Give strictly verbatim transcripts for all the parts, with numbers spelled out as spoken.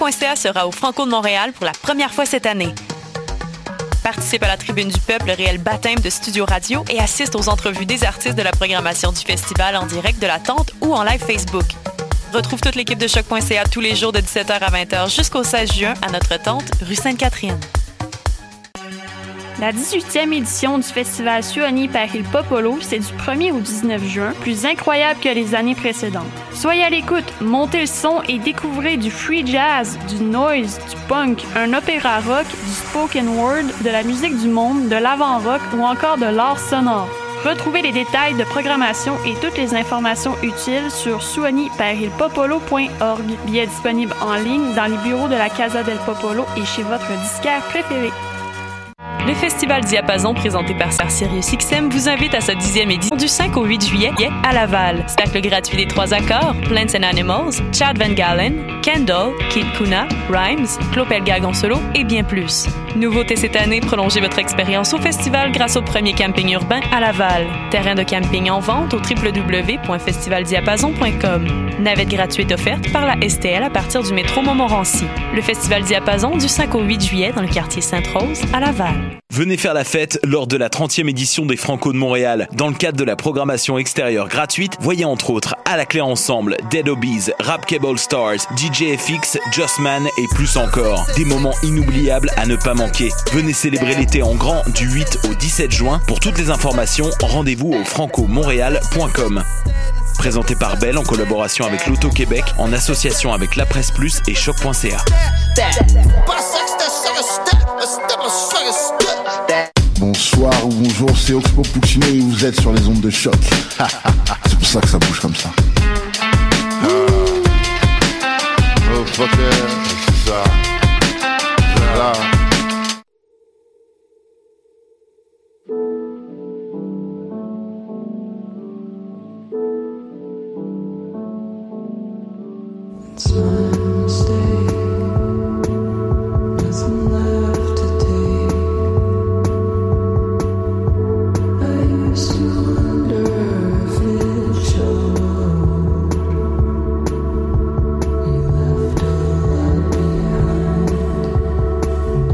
point c a sera au Franco de Montréal pour la première fois cette année. Participe à la Tribune du Peuple, le réel baptême de Studio Radio, et assiste aux entrevues des artistes de la programmation du festival en direct de la tente ou en live Facebook. Retrouve toute l'équipe de choc point c a tous les jours de dix-sept heures à vingt heures jusqu'au seize juin à notre tente, rue Sainte-Catherine. La dix-huitième édition du festival Suoni par Il Popolo, c'est du premier au dix-neuf juin, plus incroyable que les années précédentes. Soyez à l'écoute, montez le son et découvrez du free jazz, du noise, du punk, un opéra rock, du spoken word, de la musique du monde, de l'avant-rock ou encore de l'art sonore. Retrouvez les détails de programmation et toutes les informations utiles sur suoni par il popolo point org. Billets disponibles en ligne dans les bureaux de la Casa del Popolo et chez votre disquaire préféré. Le Festival Diapason, présenté par Sirius X M, vous invite à sa dixième édition du cinq au huit juillet à Laval. Spectacle gratuit des trois accords, Plants and Animals, Chad Van Galen, Kendall, Kid Kuna, Rhymes, Claude Pelgag en solo et bien plus. Nouveauté cette année, prolongez votre expérience au festival grâce au premier camping urbain à Laval. Terrain de camping en vente au w w w point festival diapason point com. Navette gratuite offerte par la S T L à partir du métro Montmorency. Le Festival Diapason du cinq au huit juillet dans le quartier Sainte-Rose à Laval. Venez faire la fête lors de la trentième édition des Franco de Montréal. Dans le cadre de la programmation extérieure gratuite, voyez entre autres À la clé ensemble, Dead Obies, Rap Cable Stars, D J F X, Jossman et plus encore. Des moments inoubliables à ne pas manquer. Venez célébrer l'été en grand du huit au dix-sept juin. Pour toutes les informations, rendez-vous au franco montréal point com. Présenté par Bell en collaboration avec l'Auto-Québec, en association avec La Presse Plus et choc point c a. Bonsoir ou bonjour, c'est Oxpo Puccino et vous êtes sur les ondes de choc. C'est pour ça que ça bouge comme ça. Oh fucker, c'est ça. Voilà. It's my mistake. Nothing left to take. I used to wonder if it showed. You left a lot behind.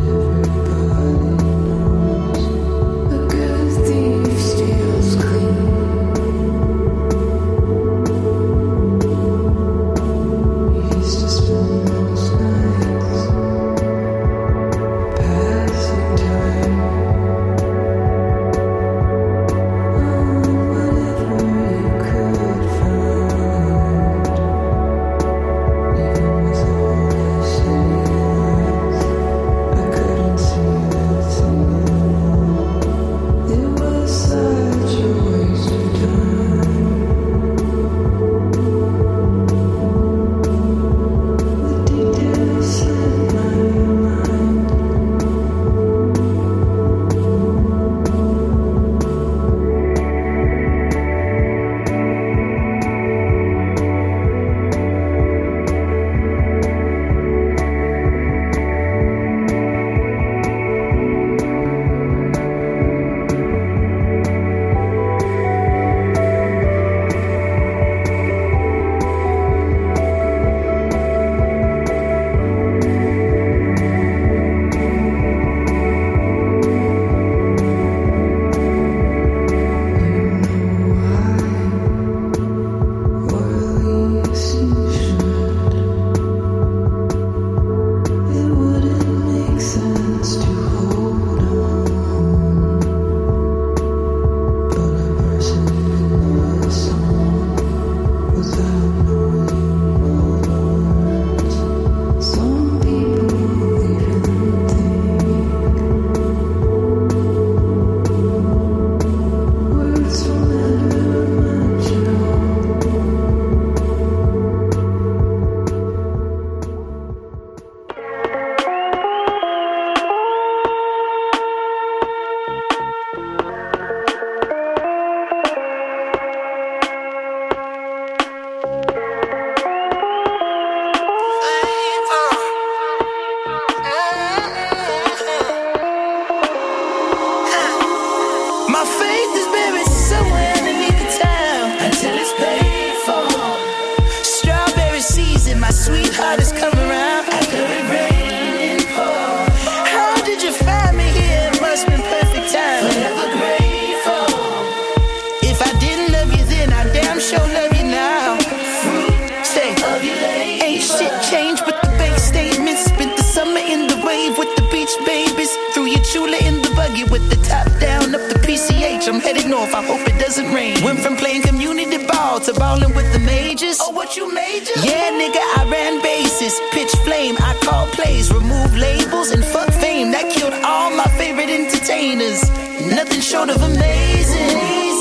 north, I hope it doesn't rain. Went from playing community ball to balling with the majors. Oh, what you major? Yeah, nigga, I ran bases, pitch flame, I call plays, remove labels, and fuck fame. That killed all my favorite entertainers. Nothing short of amazing.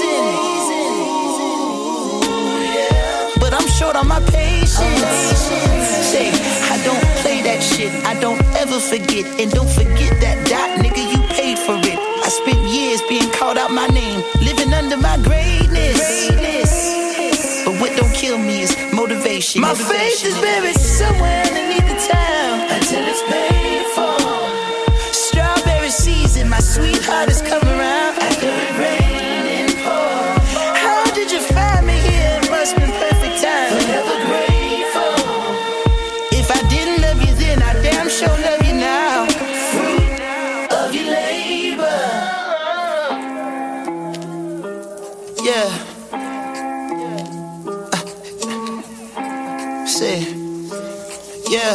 But I'm short on my patience. Say, I don't play that shit, I don't ever forget. And don't forget that dot, nigga, you paid for it. I spent years being called out my name, living under my greatness. greatness. But what don't kill me is motivation. My motivation. Faith is buried somewhere underneath the town until it's paid for. Strawberry season, my sweetheart has come around after it rained and poured. How did you find me here? It must have been perfect time. Forever grateful. If I didn't love you then, I damn sure love you now. Fruit of your labor. Yeah. Uh, say, yeah.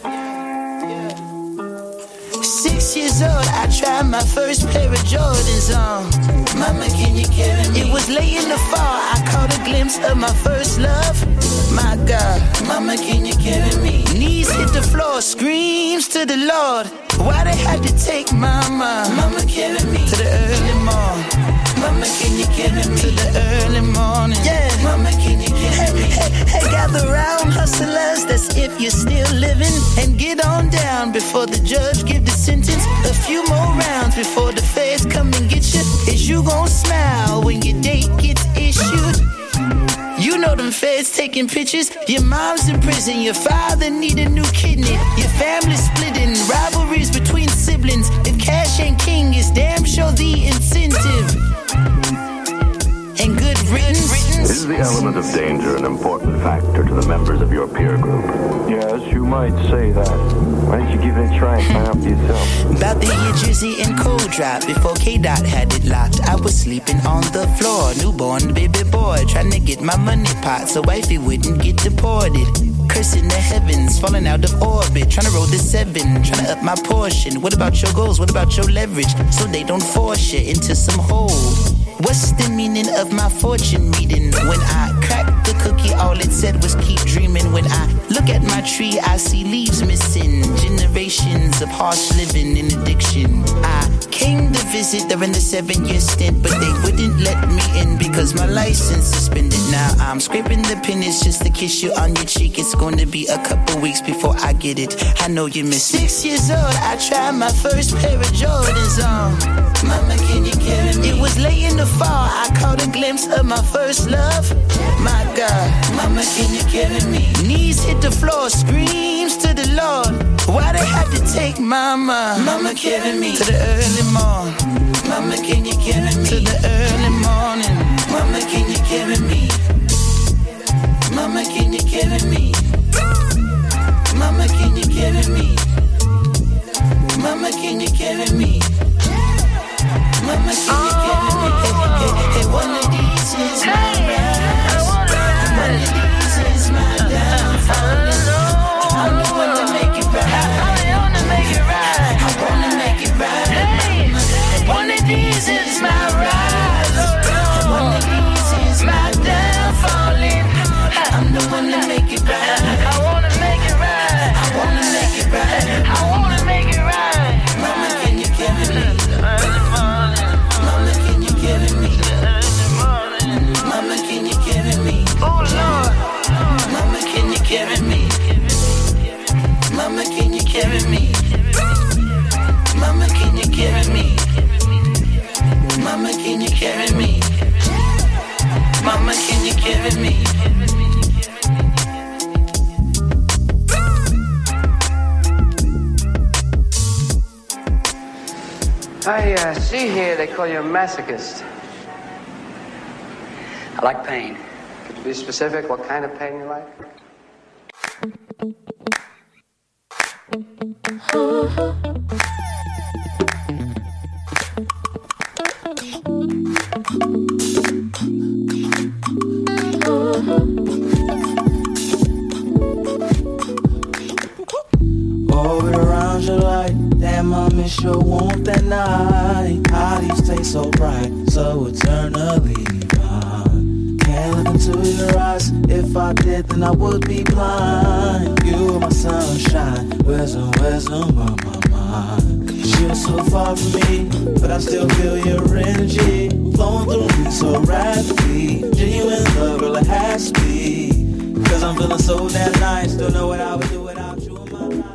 Six years old, I tried my first pair of Jordans on. Mama, can you carry me? It was late in the fall, I caught a glimpse of my first love. My God, Mama, can you carry me? Knees hit the floor, screams to the Lord. Why they had to take Mama? Mama, carry me to the early morning. Mama, can you carry me to the early morning? Yeah, Mama, can you carry me? Hey, hey, hey, gather round, hustlers, that's if you're still living. And get on down before the judge give the sentence. A few more rounds before the feds come and get you. Is you gon' smile when your date gets issued? You know them feds taking pictures. Your mom's in prison, your father need a new kidney. Your family splitting, rivalries between siblings. If cash ain't king, it's damn sure the incentive. And good riddance. Is the element of danger an important factor to the members of your peer group? Yes, you might say that. Why don't you give it a try and find out for yourself? About the year Drizzy and Cold Drop, before K-Dot had it locked, I was sleeping on the floor. Newborn baby boy, trying to get my money pot so wifey wouldn't get deported. Cursing the heavens, falling out of orbit, trying to roll the seven, trying to up my portion. What about your goals? What about your leverage? So they don't force you into some hole. What's the meaning of my fortune meeting? When I cracked the cookie, all it said was keep dreaming. When I look at my tree, I see leaves missing. Generations of harsh living and addiction. I came to visit during the seven-year stint, but they wouldn't let me in because my license suspended. Now I'm scraping the pennies just to kiss you on your cheek. It's going to be a couple weeks before I get it. I know you miss me. Six years old, I tried my first pair of Jordans on. Mama, can you carry me? It was late in the fall, I caught a glimpse of my first love. My God, Mama, can you carry me? Knees hit the floor, screams to the Lord. Why they had to take Mama? Mama, carry me to the early morning. Mama, can you carry me to the early morning? Mama, can you carry me? Mama, can you carry me? Mama, can you carry me? Mama, can you carry me? Mama, can you carry me? Hey, hey, hey, one of these is my rise. One of these is my downfall. I'm the one to make it right. I'm the one to make it right. I wanna make it right. Hey, one of these is my rise. One of these is my downfall. I'm the one to make it right. I wanna make it right. I wanna make it right. I wanna make it right. Mama, can you carry me? Mama, can you carry me? Mama, can you carry me? Oh Lord. Mama, can you carry me? Mama, can you carry me? Mama, can you carry me? Mama, can you carry me? Mama, can you carry me? I uh, see here they call you a masochist. I like pain. Could you be specific what kind of pain you like? Orbit around you like damn Damn, I miss your warmth at night. How do you stay so bright, so eternally fine? Can't look into your eyes. If I did, then I would be blind. You are my sunshine, wisdom, wisdom of my mind. You're so far from me, but I still feel your energy flowing through me so rapidly. Genuine love, girl, it has to be. Cause I'm feeling so damn nice. Don't know what I would do without you in my life.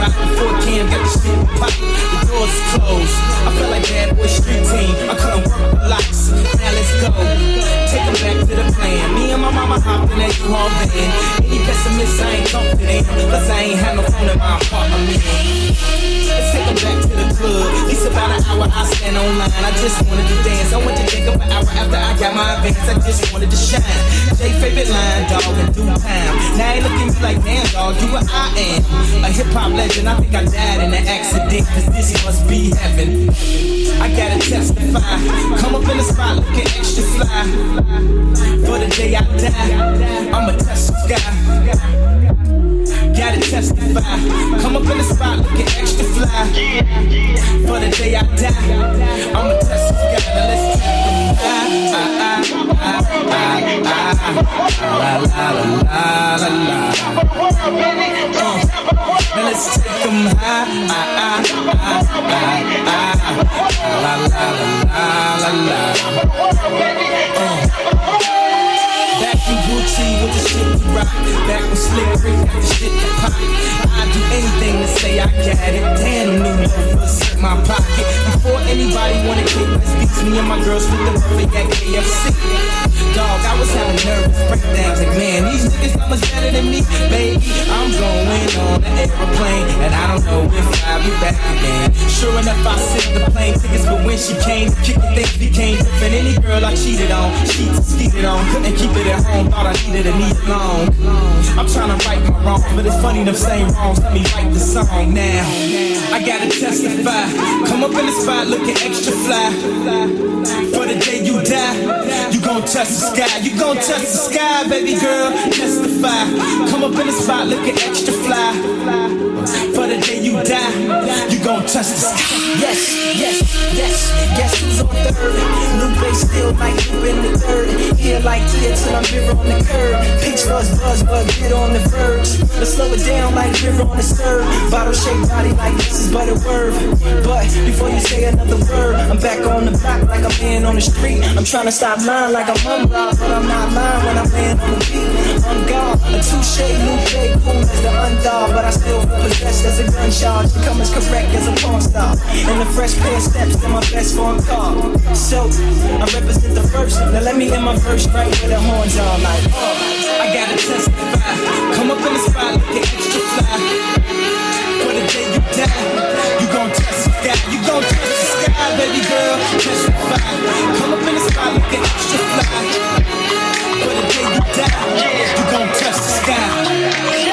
rock before Cam got the shit pop. The doors is closed. I felt like bad boy street team. I couldn't work the locks. Now let's go. Take them back to the plan. Me and my mama hopped in that U-Haul van. Any pessimists, I ain't talk to them. Plus I ain't had no phone in my apartment. Let's take them back to the club. At least about an hour I stand online. I just wanted to dance. I went to take up an hour after I got my advance. I just wanted to shine. Jay favorite line, dog, in due time. Now ain't looking at me like, damn, dog, you what I am. A hip-hop legend. I think I died in an accident, cause this must be heaven. I gotta testify. Come up in the spot looking extra fly. For the day I die, I'ma test the sky. Gotta testify. Come up in the spot looking extra fly. For the day I die, I'ma test the sky. Now let's ah, ah, ah, ah, ah, ah, la la la la la. Uh, now let's take them high. Ah, ah, ah, ah, ah, la la la la la. Uh. Back in Gucci with the shit to rock. Back when Slick Rick got the shit to pop. I'd do anything to say I got it. Damn, new loafers in my pocket. Before anybody wanna kick my speaks, me and my girls with the perfect at K F C. Dog, I was having nervous breakdowns. Like, man, these niggas not much better than me. Baby, I'm going on the airplane, and I don't know if I'll be back again. Sure enough, I sent the plane tickets, but when she came, kicking things became different. Any girl I cheated on, she skeeted on, couldn't keep it at home, thought I needed a need long. I'm trying to right my wrongs, but it's funny them same wrongs. Let me write the song now. I gotta testify. Come up in the spot looking extra fly. For the day you die, you gon' touch the sky. You gon' touch the sky, baby girl. Testify. Come up in the spot looking extra fly. For the day you die, you gon' touch the sky. Yes, yes, yes. Guess who's on third? New bass still like you in the third. Here like here till I'm here on the curb. Peach buzz buzz but get on the verge. Let's slow it down like we're on the serve. Bottle shaped body like this is but a word. But before you say another word, I'm back on the block like I'm laying on the street. I'm trying to stop lying like I'm unrobbed, but I'm not lying when I'm laying on the beat. On guard, a touche, new day, cool as the undog, but I still feel possessed as a gun charge. Become as correct as a porn star. And the fresh pair of steps to my best phone call. So I represent the first. Now let me in my verse right where the horns are like. Oh, I gotta testify. Come up in the spot looking extra fly. For the day you die, you gon' touch the sky. You gon' touch the sky, baby girl. Testify. Come up in the spot looking extra fly. For the day you die, you gon' touch the sky.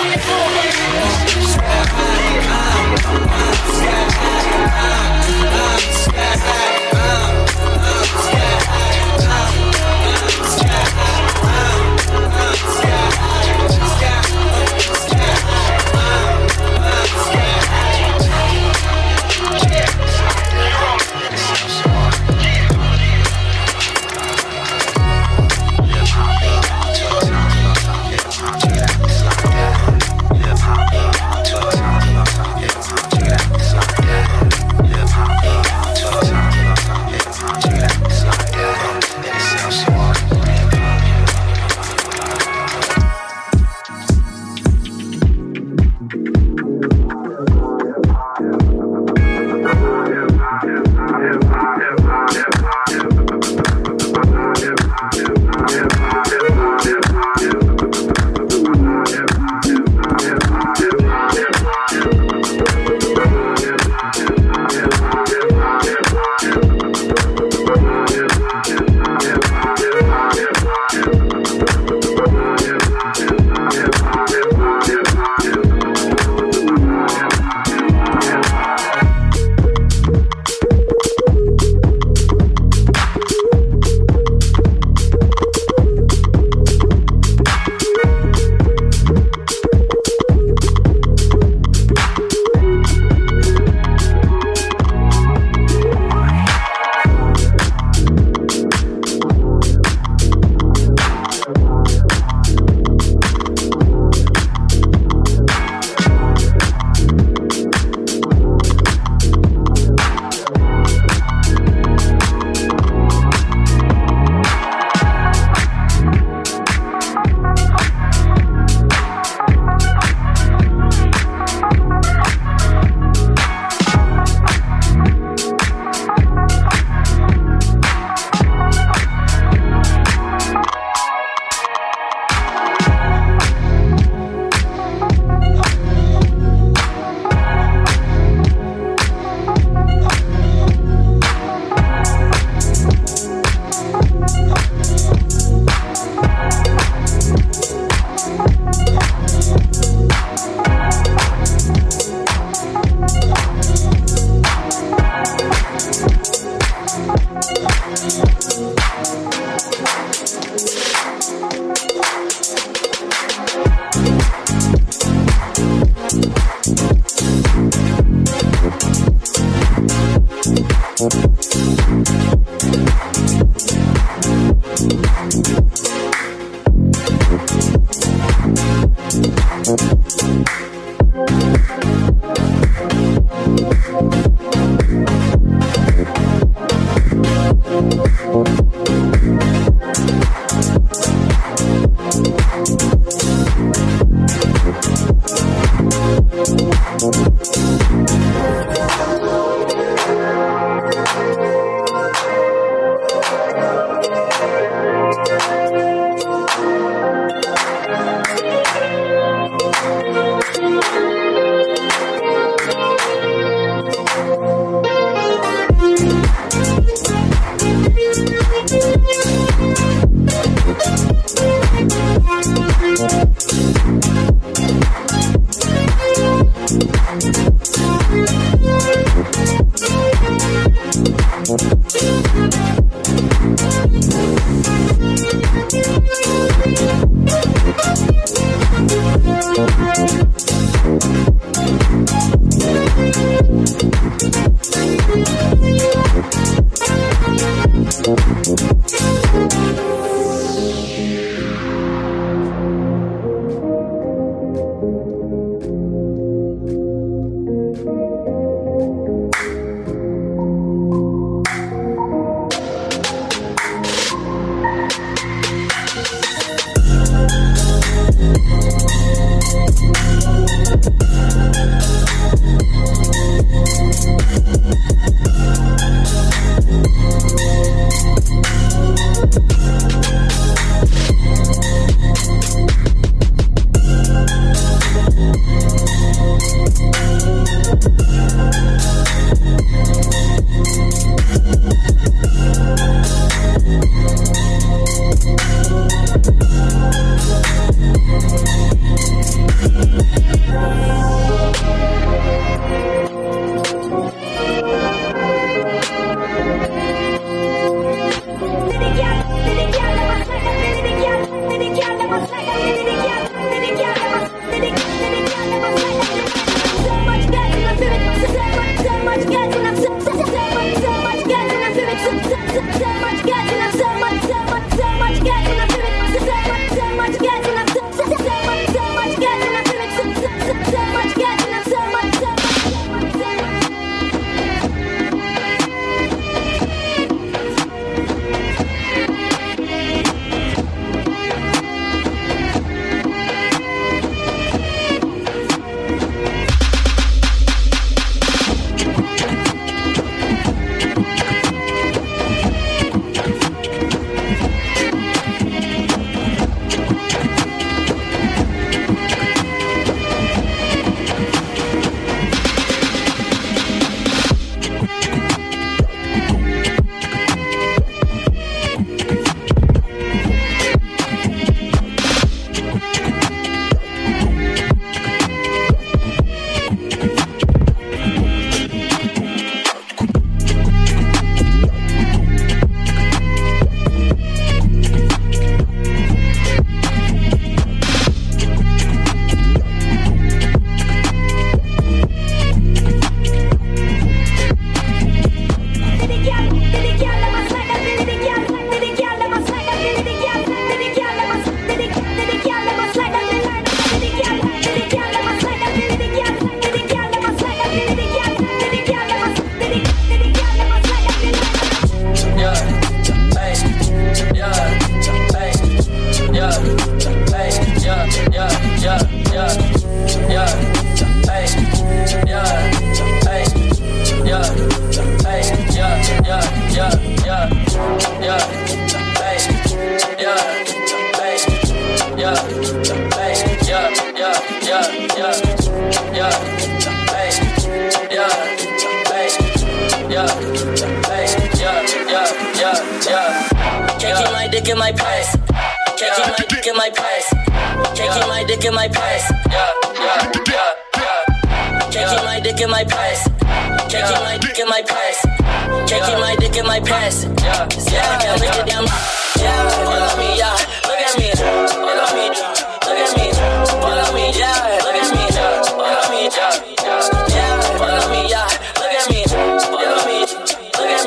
Look at me,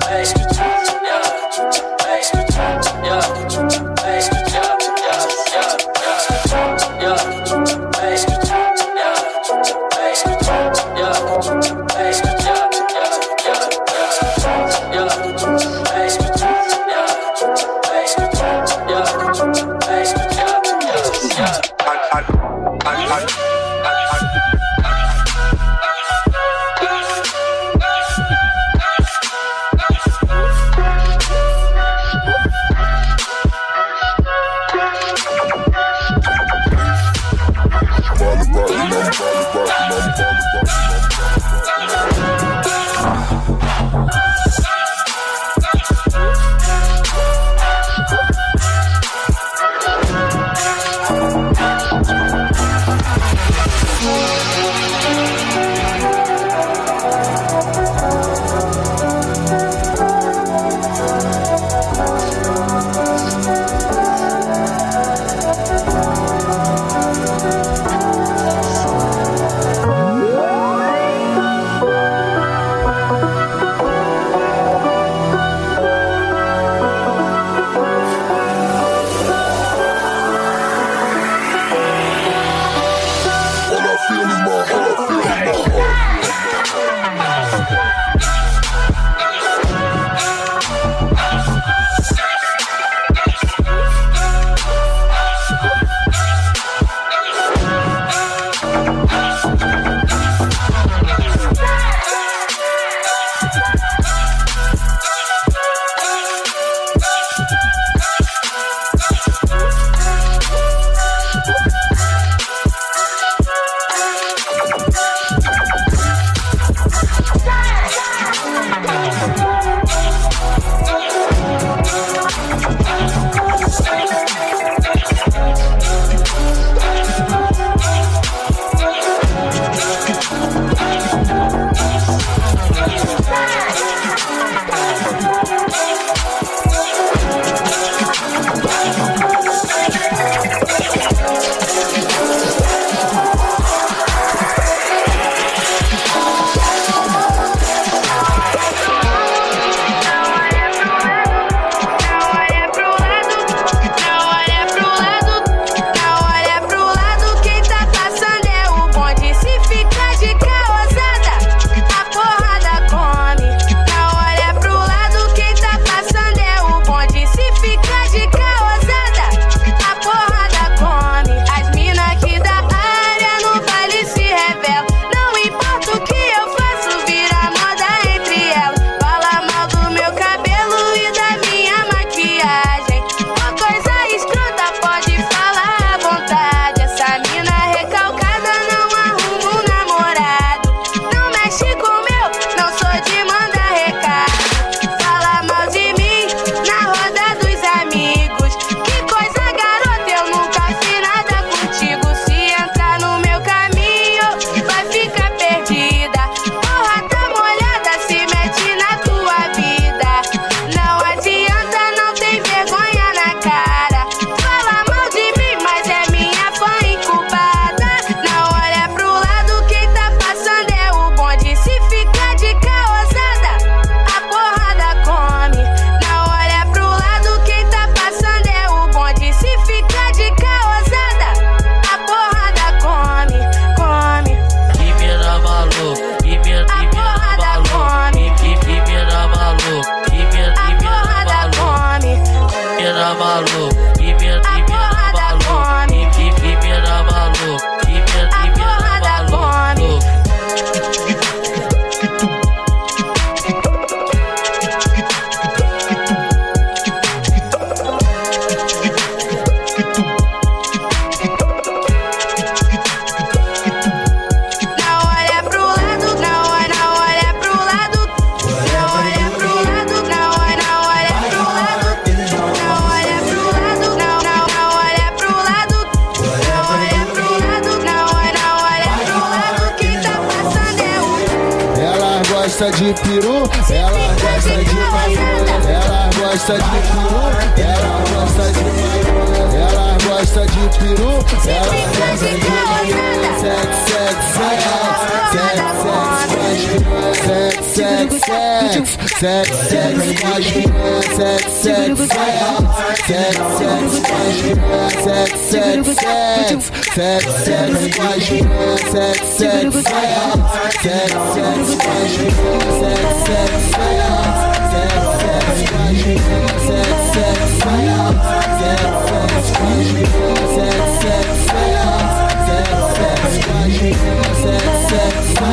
gosta de peru, ela gosta de maconha, ela gosta de peru, ela gosta de maconha, ela gosta de peru, ela gosta de maconha, sexo, sexo, sexo, sexo, sex, sex, sex, sex, sex, moi je veux sex, sex, sex, sex, sex, moi je veux sex, sex, sex, sex, sex, moi je veux sex, sex, sex, sex, sex, moi je veux sex, sex, sex, sex, sex, moi je veux sex, sex, sex, sex, sex, moi je veux sex, sex, sex, sex, sex, moi je veux sex, sex, sex, sex,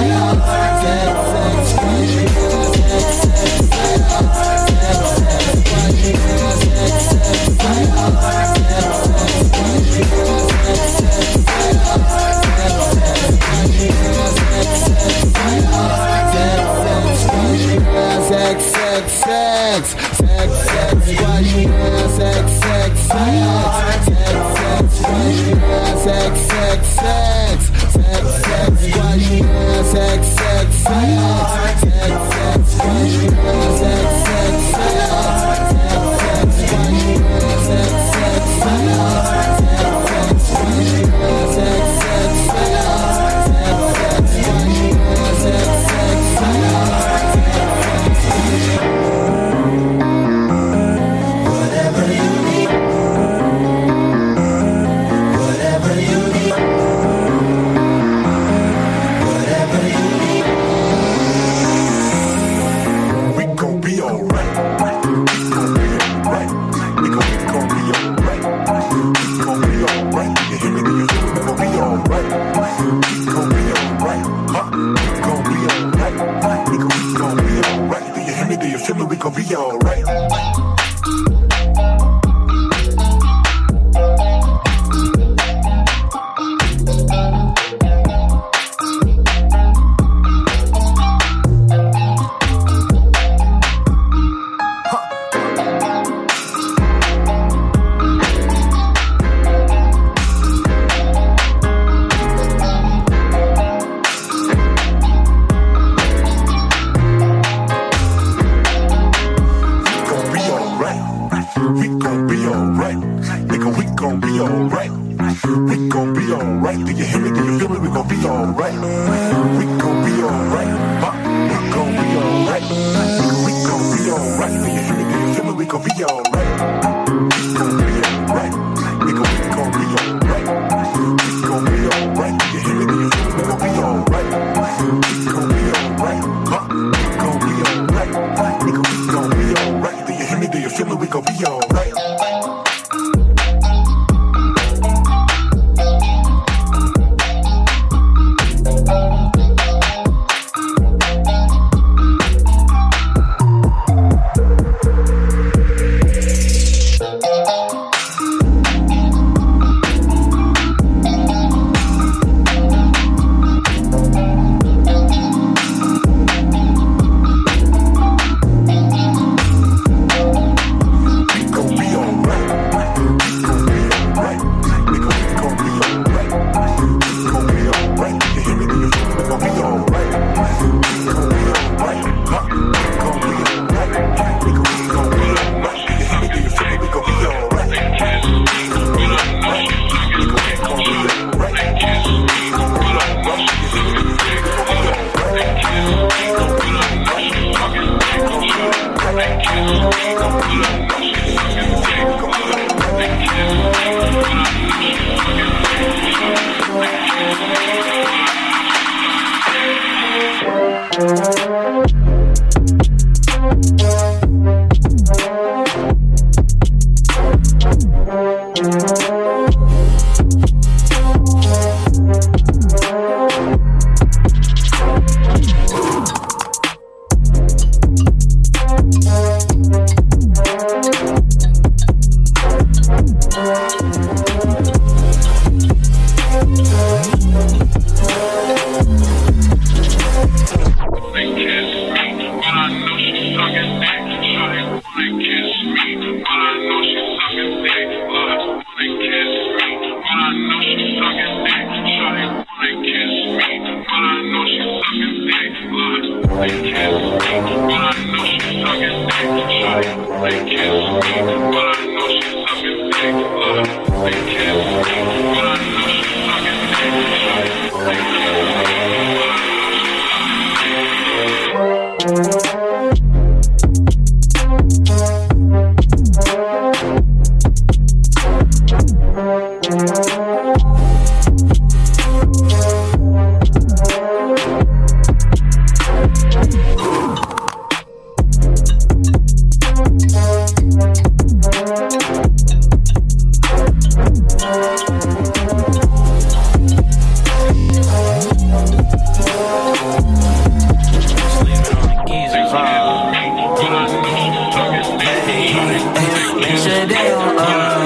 sure they don't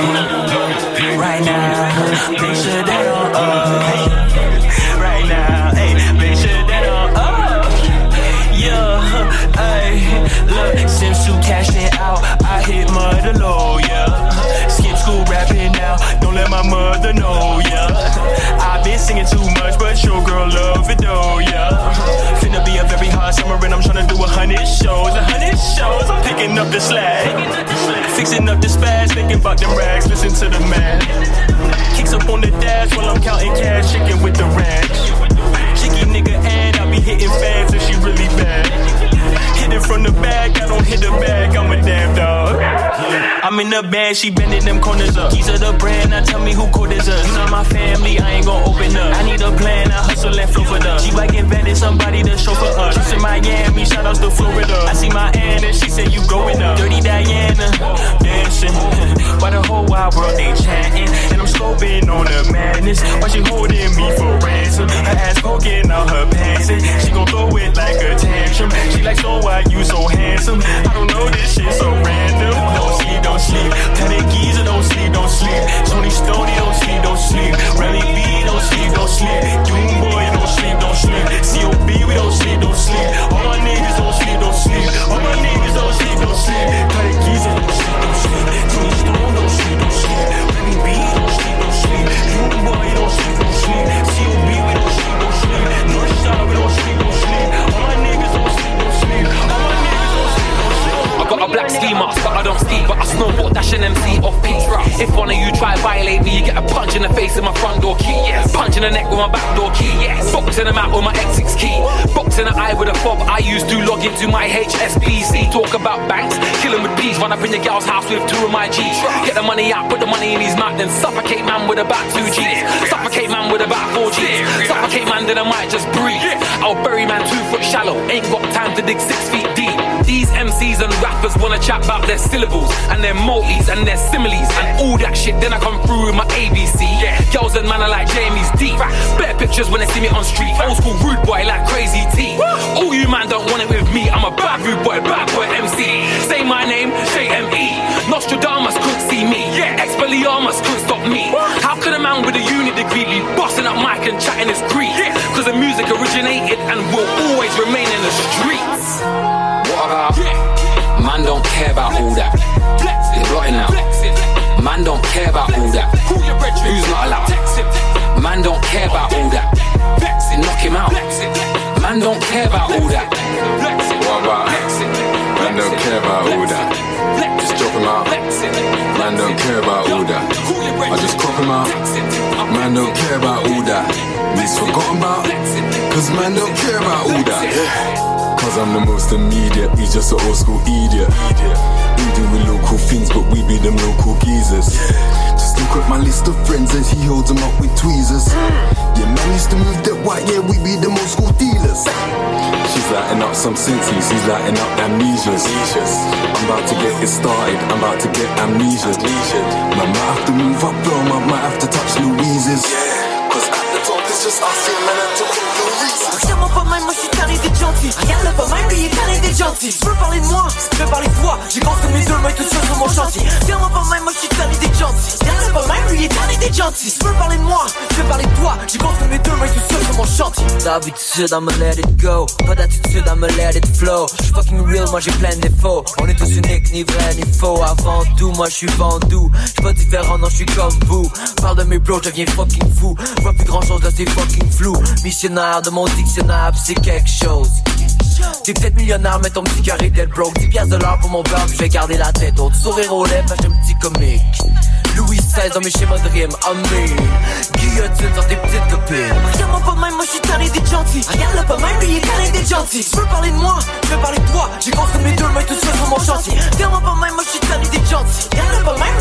uh, right now. Make sure they don't uh, right now. Hey, make sure they don't uh, yeah. Hey, look, Sims to cash it out. I hit mother low, yeah. Skip school rapping now. Don't let my mother know, yeah. I've been singing too much, but your girl love it though, yeah. Finna be a very hot summer and I'm tryna do a hundred shows, a hundred shows. I'm picking up the slack, fixing up the spaz, thinking about them rags. Listen to the man. Kicks up on the dash while I'm counting cash, chicken with the ranch. Chicky nigga and I be hitting fans if she really bad. Hit it from the back, I don't hit the back, I'm a damn dog. I'm in the band, she bending them corners up. Keys of the brand, now tell me who code is us. You know my family, I ain't gon' open up. I need a plan, I hustle and flow for them. She like invented somebody to show for us. She's in Miami, shout outs to Florida. I see my Anna, and she said you going up. Dirty Diana, dancing. While the whole wide world they chanting. And I'm scoping on the madness. While she holding me for ransom. Her ass poking out her pants. And she gon' throw it like a tantrum. She like, so why you so handsome? I don't know, this shit so random. Don't sleep, don't sleep. Planet Giza, don't sleep, don't sleep. Tony Stoney, don't sleep, don't sleep. Rally B, don't sleep, don't sleep. Doom Boy, don't sleep, don't sleep. C O B, we don't sleep, don't sleep. All my niggas don't sleep, don't sleep. All my niggas don't sleep, don't sleep. Planet Giza, don't sleep, don't sleep. Tony Stone, don't sleep, don't sleep. Rally B, don't sleep, don't sleep. Doom Boy, don't sleep, don't sleep. C O B, we don't sleep, don't sleep. Northside, we don't sleep, don't sleep. All my niggas don't sleep, don't sleep. All my niggas don't sleep, don't sleep. I got a black ski mask, but I don't ski. But I snowboard, dash an M C off peak. If one of you try violate me, you get a punch in the face with my front door key. Yes. Punch in the neck with my back door key. Yes. Boxing them out with my X six key. Boxing the eye with a fob I used to log into my H S B C. Talk about banks, killing with peas. Run up in your gal's house with two of my G's. Get the money out, put the money in his mouth, then suffocate man with about two G's. Suffocate man with about four G's. Suffocate man, then I might just breathe. I'll bury man two foot shallow. Ain't got time to dig six feet deep. These M Cs and rappers wanna chat about their syllables and their multis and their similes and all that shit. Then I come through with my A B C. Yeah. Girls and man are like Jamie's deep. Better pictures when they see me on street. Old school rude boy like Crazy T. All you man don't want it with me. I'm a bad rude boy, bad boy M C. Say my name, J M E. Nostradamus couldn't see me. Yeah. Expelliarmus couldn't stop me. How could a man with a uni degree be busting up mic and chatting his creed? Cause the music originated and will always remain in the streets. What about? Man don't care about all that. They're blotting out. Man don't care about all that. Who's not allowed? Man don't care about all that. They knock him out. Man don't care about all that. What about? Man don't care about all that. Just drop him out. Man don't care about all that. I just crop him out. Man don't care about all that. He's forgotten about. Cause man don't care about all that. Yeah. Cause I'm the most immediate, he's just an old school idiot. We do with local things, but we be them local geezers. Just look at my list of friends and he holds them up with tweezers. Yeah, man used to move that white, yeah, we be them old school dealers. She's lighting up some senses, he's lighting up amnesias. I'm about to get it started, I'm about to get amnesia. Man might have to move up, bro, I might have to touch Louise's. Cause at the top it's just us, yeah, man, I took no reason. Regarde-moi pas mal, moi je suis tanné d'être gentil. Regarde-le pas mal, lui il est tanné d'être gentil. Je veux parler de moi, je veux parler de toi. J'ai construit mes deux mains tout seul sur mon chantier. Regarde-moi pas mal, moi je suis tanné d'être gentil. Regarde-le pas mal, lui il est tanné d'être gentil. Je veux parler de moi, je veux parler de toi. J'ai construit mes deux mains tout seul sur mon chantier. D'habitude, I'ma let it go. Pas d'attitude, I'ma let it flow. J'suis fucking real, moi j'ai plein de défauts. On est tous uniques, ni vrai ni faux. Avant tout, moi je suis vendu. J'suis pas différent, non je suis comme vous. Parle de mes bros, je deviens fucking fou. J'vois plus grand chose, là c'est fucking flou. Missionnaire de mon dictionnaire, pis c'est quelque chose. T'es peut-être millionnaire, mais ton petit carré d'elle broke. dix piastres de l'heure pour mon beurre, pis je vais garder la tête haute. Sourire aux lèvres, j'ai un petit comique. Louis seize dans mes schémas de rime, amen. Guillotine sur tes petites copines. Regarde-moi pas même, moi je suis tanné d'être gentil. Regarde-le pas même, lui il est tanné d'être gentil. Je veux parler de moi, je veux parler de toi. J'ai construit mes deux mains tout seul sur mon chantier. Regarde-moi pas même, moi je suis tanné d'être gentil. Regarde-le pas même, lui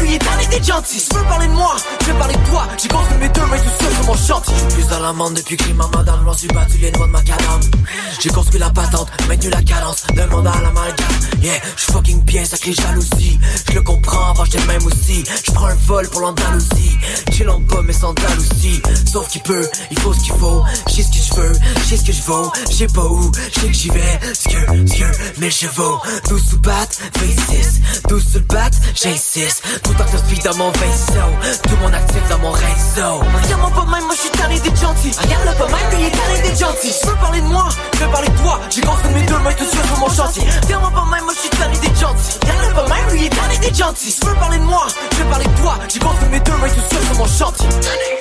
lui est tanné d'être gentil. Si tu veux parler de moi, je vais parler de toi. J'ai construit mes deux mains tout seul sur mon chantier. Plus dans l'amende depuis que ma madame, j'en suis battu les noix de ma cadame. J'ai construit la patente, maintenu la cadence d'un mandat à l'amalgame. Yeah, j'suis fucking bien, sacré jalousie. J'le comprends, avant j'étais le même aussi. J'prends un vol pour l'Andalousie. Chill en bas, mais sandales aussi. Sauf qu'il peut, il faut ce qu'il faut. J'sais ce que j'veux, j'sais ce que j'vaux. J'sais pas où, j'sais que j'y vais. S'que, s'que, mille chevaux. douze sous batte, vingt-six. douze sous le batte, j'insiste. Tout en te speed dans mon vaisseau. Tout mon actif dans mon réseau. Regarde-moi pas même, moi j'suis tanné d'être gentil. Regarde-le pas même, lui il est tanné d'être gentil. Si tu veux parler de moi, je vais parler de toi. J'ai construit mes deux mains tout seul sur mon chantier. Regarde-moi pas même, moi j'suis tanné d'être gentil. Regarde-le pas même, lui il est tanné d'être gentil. Si tu veux parler de moi, je vais parler de toi. J'ai construit mes deux mains tout seul sur mon chantier.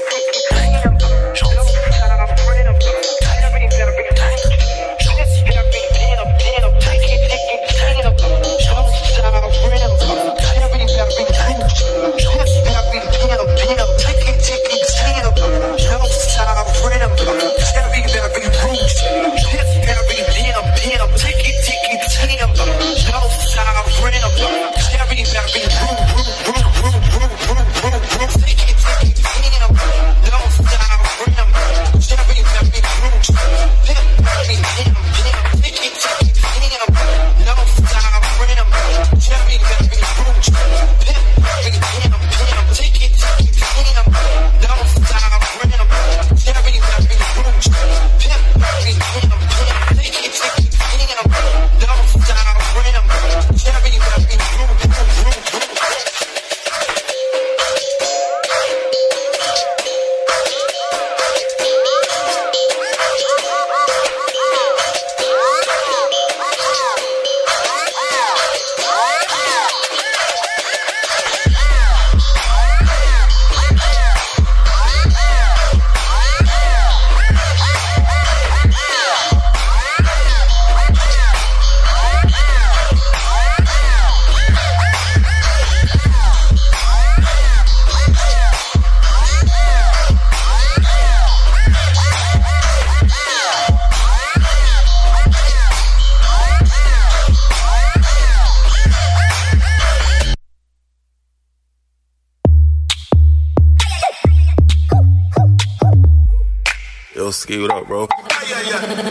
Yo, Ski, what up, bro? Ay, ay,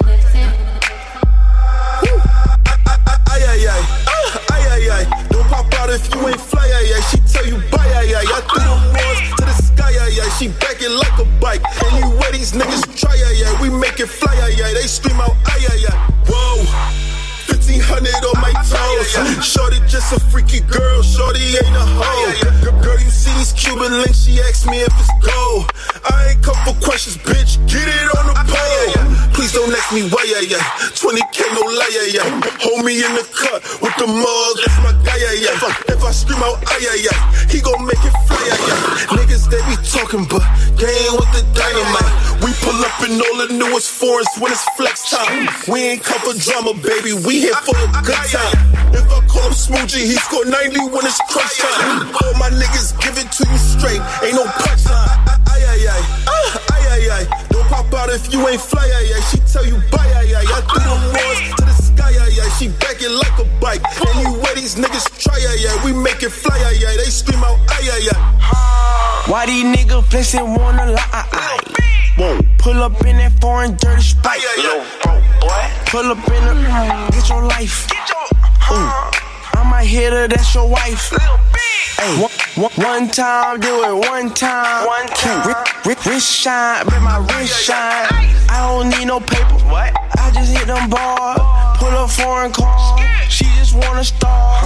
ay. Ay, ay, ay. Don't pop out if you ain't fly, ay, ay. She tell you bye, ay, ay. I threw them ones to the sky, ay, ay. She back it like a bike. Anyway, these niggas try, ay, ay. We make it fly, ay, ay. They scream out, ay, ay, ay. Whoa. fifteen hundred on my toes. Shorty just a freaky girl. Shorty ain't a hoe. Girl, you see these Cuban links? She asked me if it's gold. I ain't come for questions, bitch. Get it on the pole. Please don't ask me why, yeah, yeah. twenty K, no lie, yeah, yeah. Hold me in the cut with the mug. That's my guy, yeah, yeah. If I, if I scream out, ay, yeah, yeah. He gon' make it fly, yeah, yeah. Niggas, they be talking, but gang with the dynamite. We pull up in all the newest foreigns when it's flex time. We ain't come for drama, baby. We here for a good time. If I call him Smoochie, he score ninety when it's crunch time. All my niggas give it to you straight. Ain't no punchline. Ay, ay, ay. Ay, ay, ay. Don't pop out if you ain't fly, ay, ay. She tell you bye, ay, ay. I threw them ones to the sky, ay, ay. She back it like a bike. Anyway, these niggas try, ay, ay. We make it fly, ay, ay. They scream out, ay, ay, ay. Why these niggas flexin' wanna lie? Whoa. Pull up in that foreign dirty spike. Little bro, boy. Pull up in the, get your life. Ooh. I might hit her, that's your wife. Hey, one, one, one time, do it one time. One time. Wrist, wrist shine, bet my wrist shine. I don't need no paper. What? I just hit them bars. Pull up foreign car. She just wanna star.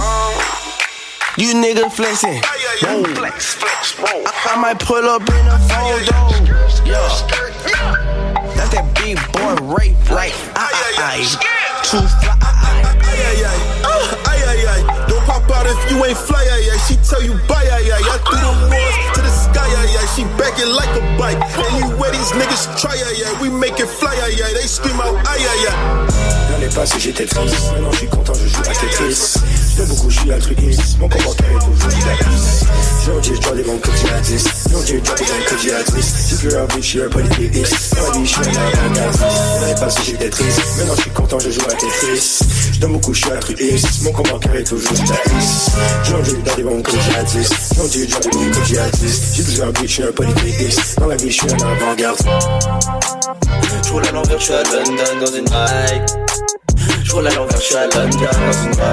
You niggas flexin'. Whoa. Flex, flex, whoa. I, I might pull up in a photo. Yeah. That's that big boy rape, like I, I, I. Too fly. Ay, ay, ay. Ay, ay, ay. Don't pop out if you ain't fly, ay, ay. She tell you bye, ay, ay. I threw them ones to the sky, ay, ay. She back it like a bike. Anyway, these niggas try, ay, ay. We make it fly, ay, ay. They scream out, ay, ay, ay. L'année passée j'étais triste, maintenant je suis content, je joue à Tetris. Je beaucoup, je suis altruiste, mon comportement est toujours didactique. J'ai odié, je dois des banques que tu as dix. J'ai odié, je dois des banques que tu as dix. plus un bitch, je suis un polythéiste. Dans la vie, je suis un avant-gardiste. L'année passée, j'étais triste. Maintenant, je suis content, je joue à Tetris. Je donne beaucoup, je suis altruiste. Mon compte bancaire est toujours status. J'en dis dans des bons comme jadis. J'en dis dans des bons comme jadis. J'ai plus un bitch, je suis un polythéiste. Dans la vie, je suis un avant-gardiste. J'roule à l'envers, j'suis à London dans une ride. J'roule à l'envers, j'suis à London dans une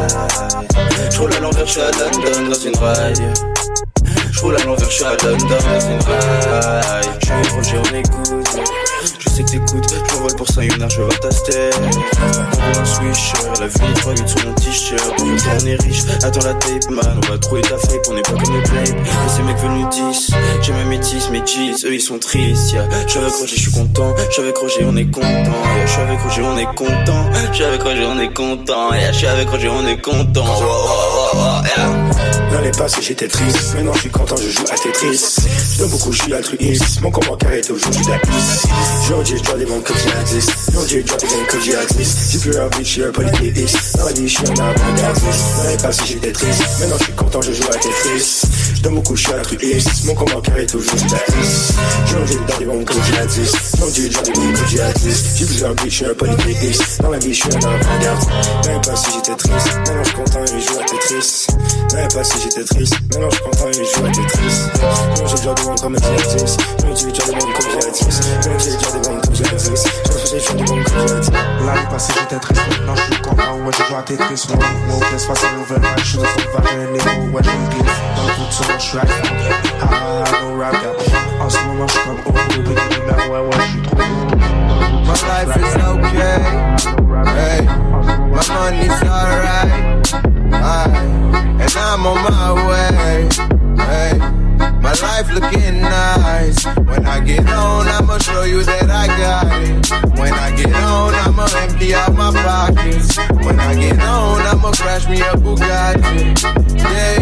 ride. J'roule à l'envers, j'suis à London dans une ride. J'roule à l'envers, j'suis à London dans une ride. J'suis Roger, on écoute. Je sais que t'écoutes, j'envole pour ça une heure, je vais ta step. Pour un swisher, la vie est trois huit sur mon t-shirt. Pour temps on est riche, attends la tape man. On va trouver ta fake, on est pas comme les babes. Et ces mecs veulent nous dix. J'ai ma métisse, mes G's, eux ils sont tristes. Yeah. J'suis avec Roger, j'suis content. J'suis avec Roger, on est content. Yeah. J'suis avec Roger, on est content. J'suis avec Roger, on est content. Yeah. J'suis avec Roger, on est content. Oh, oh, oh, oh, yeah. L'année passée j'étais triste, maintenant je suis content, je joue à Tetris. Je donne beaucoup, je suis altruiste. Mon compte bancaire est toujours jadis. J'en dis, je dois des bons comme jadis. J'en dis, je dois des bons comme jadis. J'ai plus un bitch, je suis un polythéiste. Dans la vie, je suis un avant-gardiste. L'année passée j'étais triste, maintenant je suis content, je joue à Tetris. Je donne beaucoup, je suis altruiste. Mon compte bancaire est toujours jadis. J'en dis, je dois des bons comme jadis. J'en dis, je dois des bons comme jadis. J'ai plus un bitch, je suis un polythéiste. Dans la vie, je suis un avant-gardiste. L'année passée j'étais triste, maintenant je suis content et je joue à Tetris. L'année passée j'étais triste, maintenant je suis content et je joue à Tetris. J'en j'ai déjà des bons comme jadis. J'en j'ai déjà des bons comme jadis. J'en j'ai déjà des bons comme jadis. J'en j'ai déjà des bons comme jadis. L'année passée j'étais triste, maintenant je suis content. Ouais, je joue à Tetris. Mon mot place face à nouvelle match. Je suis dans son vagin, les mots, ouais, je me glisse. Dans le bout de son je suis iPhone. Ha ha ha, no rap gap. En ce moment je suis comme oh, bébé, bébé, ouais, ouais, je suis trop beau. My life is okay. Hey, my money's alright. Aye, and I'm on my way. Hey, my life looking nice. When I get on, I'ma show you that I got it. When I get on, I'ma empty out my pockets. When I get on, I'ma crash me a Bugatti. Yeah,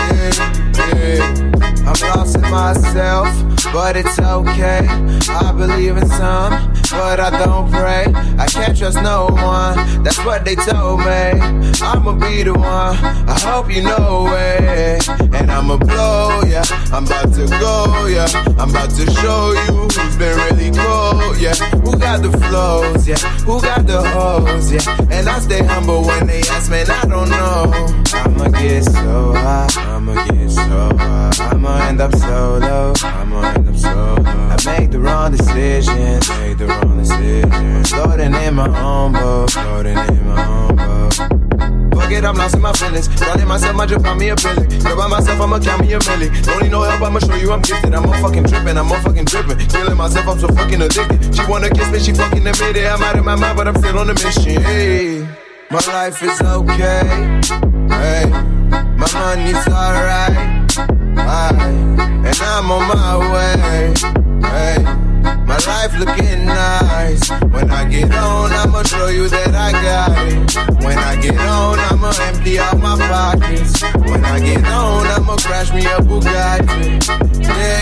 yeah, yeah. I'm lost in myself, but it's okay. I believe in some, but I don't pray. I can't trust no one, that's what they told me. I'ma be the one, I hope you know it. And I'ma blow, yeah, I'm about to go, yeah. I'm about to show you who's been really cold, yeah. Who got the flows, yeah, who got the hoes, yeah. And I stay humble when they ask, man, I don't know. I'ma get so high, I'ma get so high. I'ma end up so low, I'ma end up so low. I make the wrong decisions, make the wrong decisions. Floating in my own boat, floating in my own boat. Fuck it, I'm lost in my feelings. Running myself, I just found me a billion. Girl by myself, I'ma count me a million. Don't need no help, I'ma show you I'm gifted. I'm a fucking trippin', I'm a fucking drippin'. Feeling myself, I'm so fucking addicted. She wanna kiss me, she fucking admitted. I'm out of my mind, but I'm still on the mission. Hey, my life is okay. Hey, my money's alright. Aye, and I'm on my way. Hey, my life looking nice. When I get on, I'ma show you that I got it. When I get on, I'ma empty out my pockets. When I get on, I'ma crash me a Bugatti. Yeah,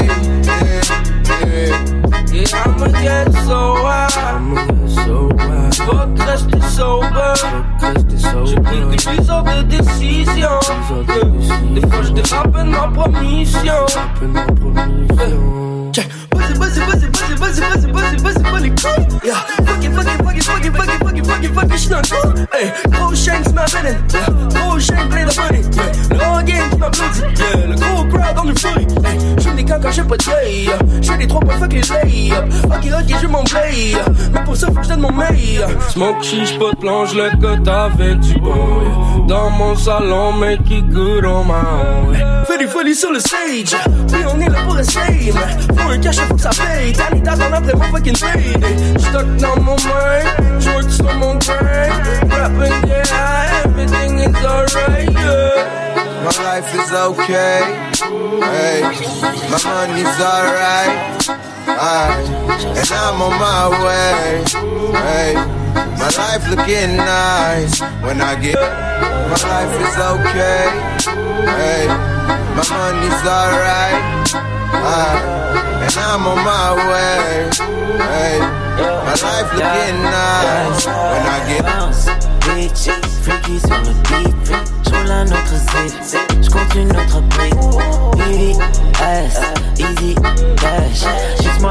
yeah, yeah. Yeah, I'ma get so high. I'ma get so high. Fuck rester sober. J'ai pris des bizarres de décisions. Des fois j'dérape ma promission. Vas-y, vas-y, vas-y, vas-y, vas-y, vas-y, vas-y, vas-y, pas les couilles. Yeah, fuck it, fuck it, fuck it, fuck it, fuck it, fuck it, fuck it, fuck it, j'suis dans le coup. Hey, gros shanks m'appellent. Yeah, gros shanks play the money. Yeah, le whole game qui m'applaudit. Yeah, le gros crowd on the fully. Hey, j'fume des camps quand j'ai pas de lay. J'fais des trois points, fuck les lay. Ok, ok, j'ai mon play. Mais pour ça, faut que j'donne mon mail. Smoke chiche, pas de plonge, le cut avec du bon. Dans mon salon, make it good on my own. Fais des folies sur le stage. Puis on est là pour le same. Faut un cash, faut que ça paye. T'as d'attendre après mon fucking payday. J'stock dans mon mind, j'work sur mon brain. Rapping, yeah, everything is alright, yeah. My life is okay. Hey, my money's alright. Aye, and I'm on my way. Hey, my life looking nice. When I get, my life is okay. Hey, my money's alright. Aye, and I'm on my way. Hey, my life looking nice. When I get bounce, bitch, freaky sur le beat. J'roule un autre zip, j'compte une autre brique. B S, easy cash. J'suis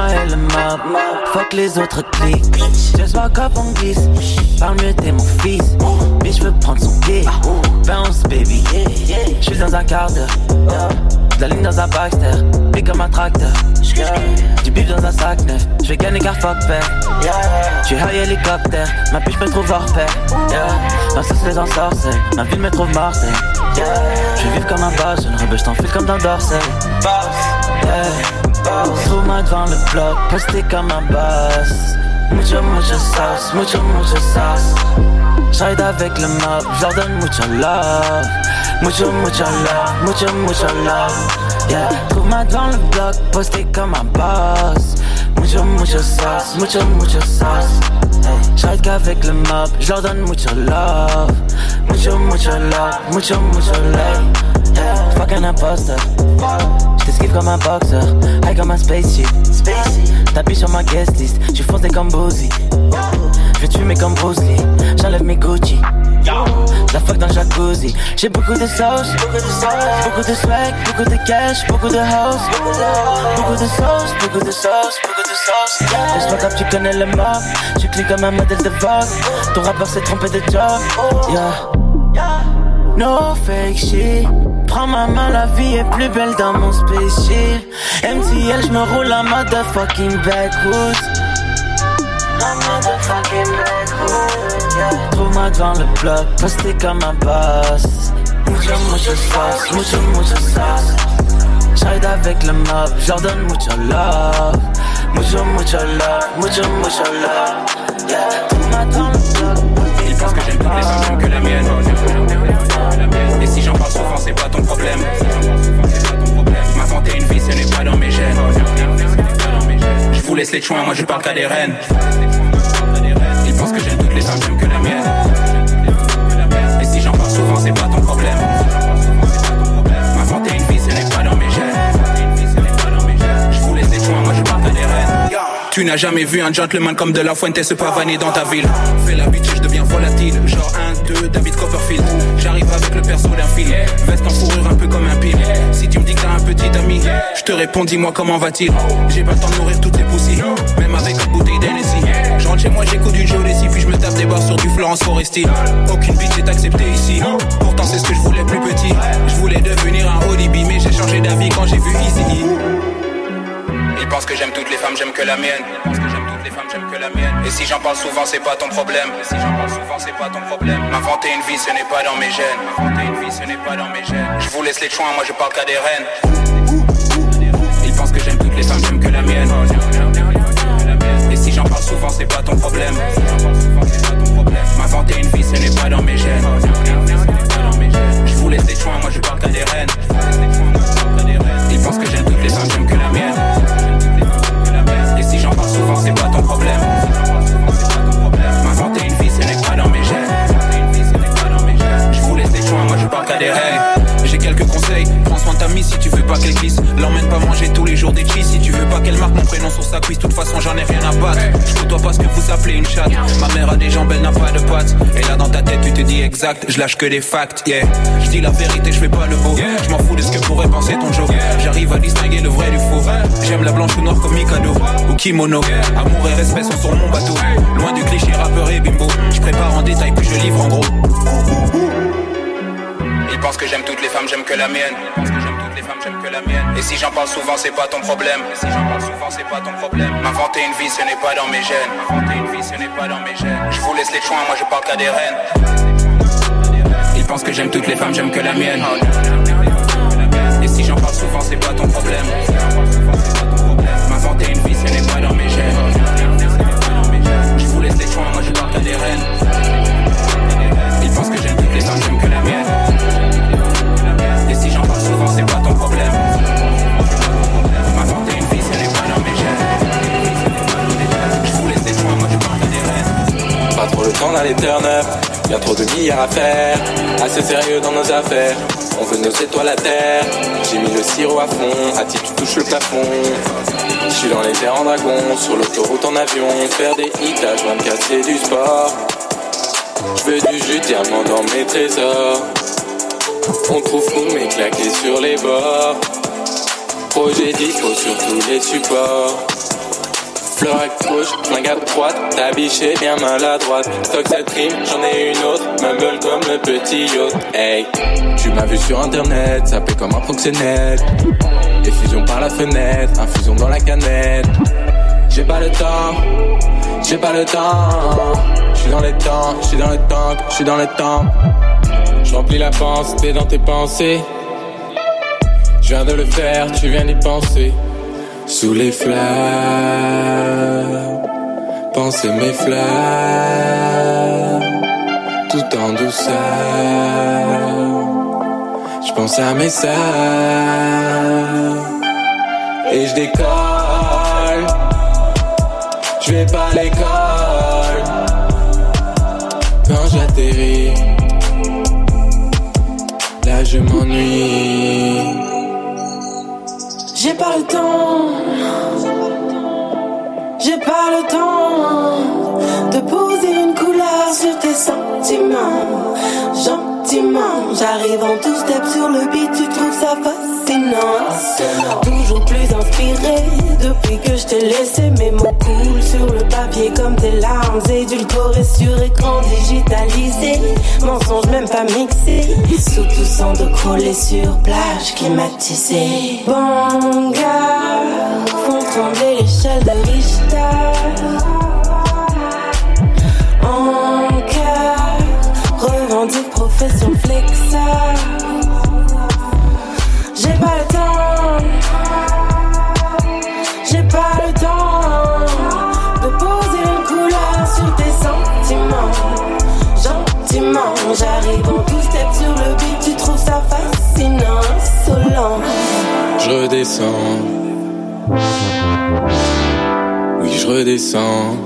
mob. Fuck les autres clics. Just walk up, on glisse. Parle mieux, t'es mon fils. Bitch, je veux prendre son pied. Bounce, baby. J'suis dans un quart d'heure. De la ligne dans un Baxter. Big comme un tracteur. Du bif dans un sac neuf. J'vais gagner car fuck père. J'suis high hélicoptère. Ma bitch me trouve hors pair. Ma sauce les ensorcelle. Ma ville me trouve mortelle. J'vais vivre comme un boss. Je ne rebelle, j't'enfile comme dans Dorsey. Trouve-moi devant le bloc. Posté comme un boss. Mucho, mucho sauce. Mucho, mucho sauce. J'ride avec le mob. J'leur donne mucho love. Mucho, mucho love. Mucho, mucho love. Yeah, trouve-moi devant le bloc, posté comme un boss. Mucho, mucho sauce, mucho, mucho sauce. Hey, j'ride qu'avec le mob, j'leur donne mucho love. Mucho, mucho love, mucho, mucho love. Yeah, fuck un imposteur. J't'esquive comme un boxer, high comme un spaceship. T'appuies sur ma guest list, j'suis foncé comme Boozy. J'vais te fumer comme Bruce Lee, j'enlève mes Gucci. La fuck dans le jacuzzi. J'ai beaucoup de sauce, beaucoup de sauce, beaucoup de swag, beaucoup de cash, beaucoup de house, beaucoup de sauce, beaucoup de sauce, beaucoup de sauce. Laisse-moi comme tu connais le mob. Tu cliques comme un modèle de Vogue. Ton rappeur s'est trompé de job. Yeah. No fake shit. Prends ma main, la vie est plus belle dans mon spaceship. M T L, j'me roule en motherfucking backwoods. En motherfucking backwoods. Yeah. Trouve-moi devant le bloc, posté comme un boss. Mucho, mucho sauce, mucho, mucho sauce. J'ride avec le mob, j'leur donne mucho love. Mucho, mucho love, mucho, mucho love. Yeah. Trouve-moi devant le bloc. Ils pensent que j'aime toutes les femmes, j'aime que la mienne. Et si j'en parle souvent, c'est pas ton problème. M'inventer une vie, ce n'est pas dans mes gènes. Je vous laisse les chouins, moi je parle qu'à des reines. Ils pensent que j'aime toutes les femmes, j'aime que la mienne. Et si j'en parle souvent, c'est pas ton problème. M'inventer une vie, ce n'est pas dans mes gènes. Je vous laisse les chouins, moi je parle qu'à des reines. Tu n'as jamais vu un gentleman comme De La Fuente se pavaner dans ta ville. Fais la bitch et je deviens volatile. Genre un, deux, David Copperfield. J'arrive avec le perso d'un film. Veste en fourrure un peu comme un pile. Si tu me dis que t'as un petit ami, je te réponds dis-moi comment va-t-il. J'ai pas le temps de nourrir toutes les poussies, même avec une bouteille d'Hennessy. Je rentre chez moi, j'écoute du Jodeci, puis je me tape des barres sur du Florence Foresti. Aucune bitch est acceptée ici. Pourtant c'est ce que je voulais plus petit. Je voulais devenir un O D B, mais j'ai changé d'avis quand j'ai vu Eazy-E. Ils pensent que j'aime toutes les femmes, j'aime que la mienne. Ils pensent que j'aime toutes les femmes, j'aime que la mienne. Et si j'en parle souvent, c'est pas ton problème. Et si j'en parle souvent, c'est pas ton problème. M'inventer une vie, ce n'est pas dans mes gènes. M'inventer une vie, ce n'est pas dans mes gènes. Je vous laisse les chouins, moi je parle qu'à des reines. Ils pensent que j'aime toutes les femmes, j'aime que la mienne. Et si j'en parle souvent, c'est pas ton problème. M'inventer une vie, ce n'est pas dans mes gènes. Je vous laisse les chouins, moi je parle qu'à des reines. Ils pensent que j'aime toutes les femmes, j'aime que la mienne. Et si j'en parle souvent, c'est pas ton problème. M'inventer une vie, ce n'est pas dans mes gènes. Je vous laisse les choix, moi je parle qu'à des règles. J'ai quelques conseils, prends soin de ta mise si tu veux pas qu'elle glisse. L'emmène pas manger tous les jours des cheese si tu veux pas qu'elle marque mon prénom sur sa cuisse. De toute façon j'en ai rien à battre. Je côtoie pas ce que vous appelez une chatte. Ma mère a des jambes, elle n'a pas de pattes. Et là dans ta tête tu te dis exact, je lâche que des facts, yeah. Je dis la vérité, je fais pas le beau. Je m'en fous de ce que pourrait penser ton Joe. J'arrive à distinguer le vrai du faux. J'aime la blanche ou noire comme Mikado ou kimono. Amour et respect sont sur mon bateau. Loin du cliché rappeur et bimbo. Je prépare en détail puis je livre en gros. Ils pensent que j'aime toutes les femmes, j'aime que la mienne. Ils pensent que j'aime toutes les femmes, j'aime que la mienne. Et si j'en parle souvent, c'est pas ton problème. Et si j'en parle souvent, c'est pas ton problème. M'inventer une vie, ce n'est pas dans mes gènes. M'inventer une vie, ce n'est pas dans mes gènes. Je vous laisse les chouins, moi je parle qu'à des reines. Ils pensent que j'aime toutes les femmes, j'aime que la mienne. Et si j'en parle souvent, c'est pas ton problème. M'inventer une vie, ce n'est pas dans mes gènes. Je vous laisse les chouins, moi je parle qu'à des reines. Ils pensent que j'aime toutes les femmes, j'aime que la mienne. Et si j'en parle souvent, c'est pas ton problème. M'inventer une vie, ce n'est pas dans mes gènes. Je vous laisse les chouins, moi je parle qu'à des reines. Pas trop le temps d'aller turn up, y'a trop de milliards à faire. Assez sérieux dans nos affaires, on veut nos étoiles à terre. J'ai mis le sirop à fond, Ati tu touches le plafond. Je suis dans les airs en dragon, sur l'autoroute en avion. Faire des hits à vingt-quatre c'est du sport. Je veux du jus de diamant dans mes trésors. On trouve cool mais claqué sur les bords. Projet dispo sur tous les supports. Fleur à gauche, flingue à droite, ta biche est bien maladroite. Stock cette rime, j'en ai une autre, mumble comme le petit yacht. Hey, tu m'as vu sur internet, ça paie comme un proxénète. Effusion par la fenêtre, infusion dans la canette. J'ai pas le temps, j'ai pas le temps. J'suis dans les temps, j'suis dans le temps, j'suis dans le temps. J'remplis la panse, t'es dans tes pensées. J'viens de le faire, tu viens d'y penser. Sous les fleurs, penser mes fleurs, tout en douceur. J'pense à mes sœurs et j'décolle. J'vais pas à l'école quand j'atterris. Là je m'ennuie. J'ai pas le temps, j'ai pas le temps de poser une couleur sur tes sentiments. Gentiment, j'arrive en tout step sur le beat, tu trouves ça fascinant. Toujours plus inspiré depuis que je t'ai laissé. Mes mots coulent sur le papier comme des larmes édulcorées sur écran digitalisé. Mensonge même pas mixé, sous tout sang de collé sur plage climatisée. Banga, font trembler l'échelle de Richter. En cœur, revendique profession flexa. J'ai pas le temps, j'ai pas le temps de poser une couleur sur tes sentiments. Gentiment, j'arrive en tout step sur le beat, tu trouves ça fascinant, insolent. Je redescends, oui je redescends.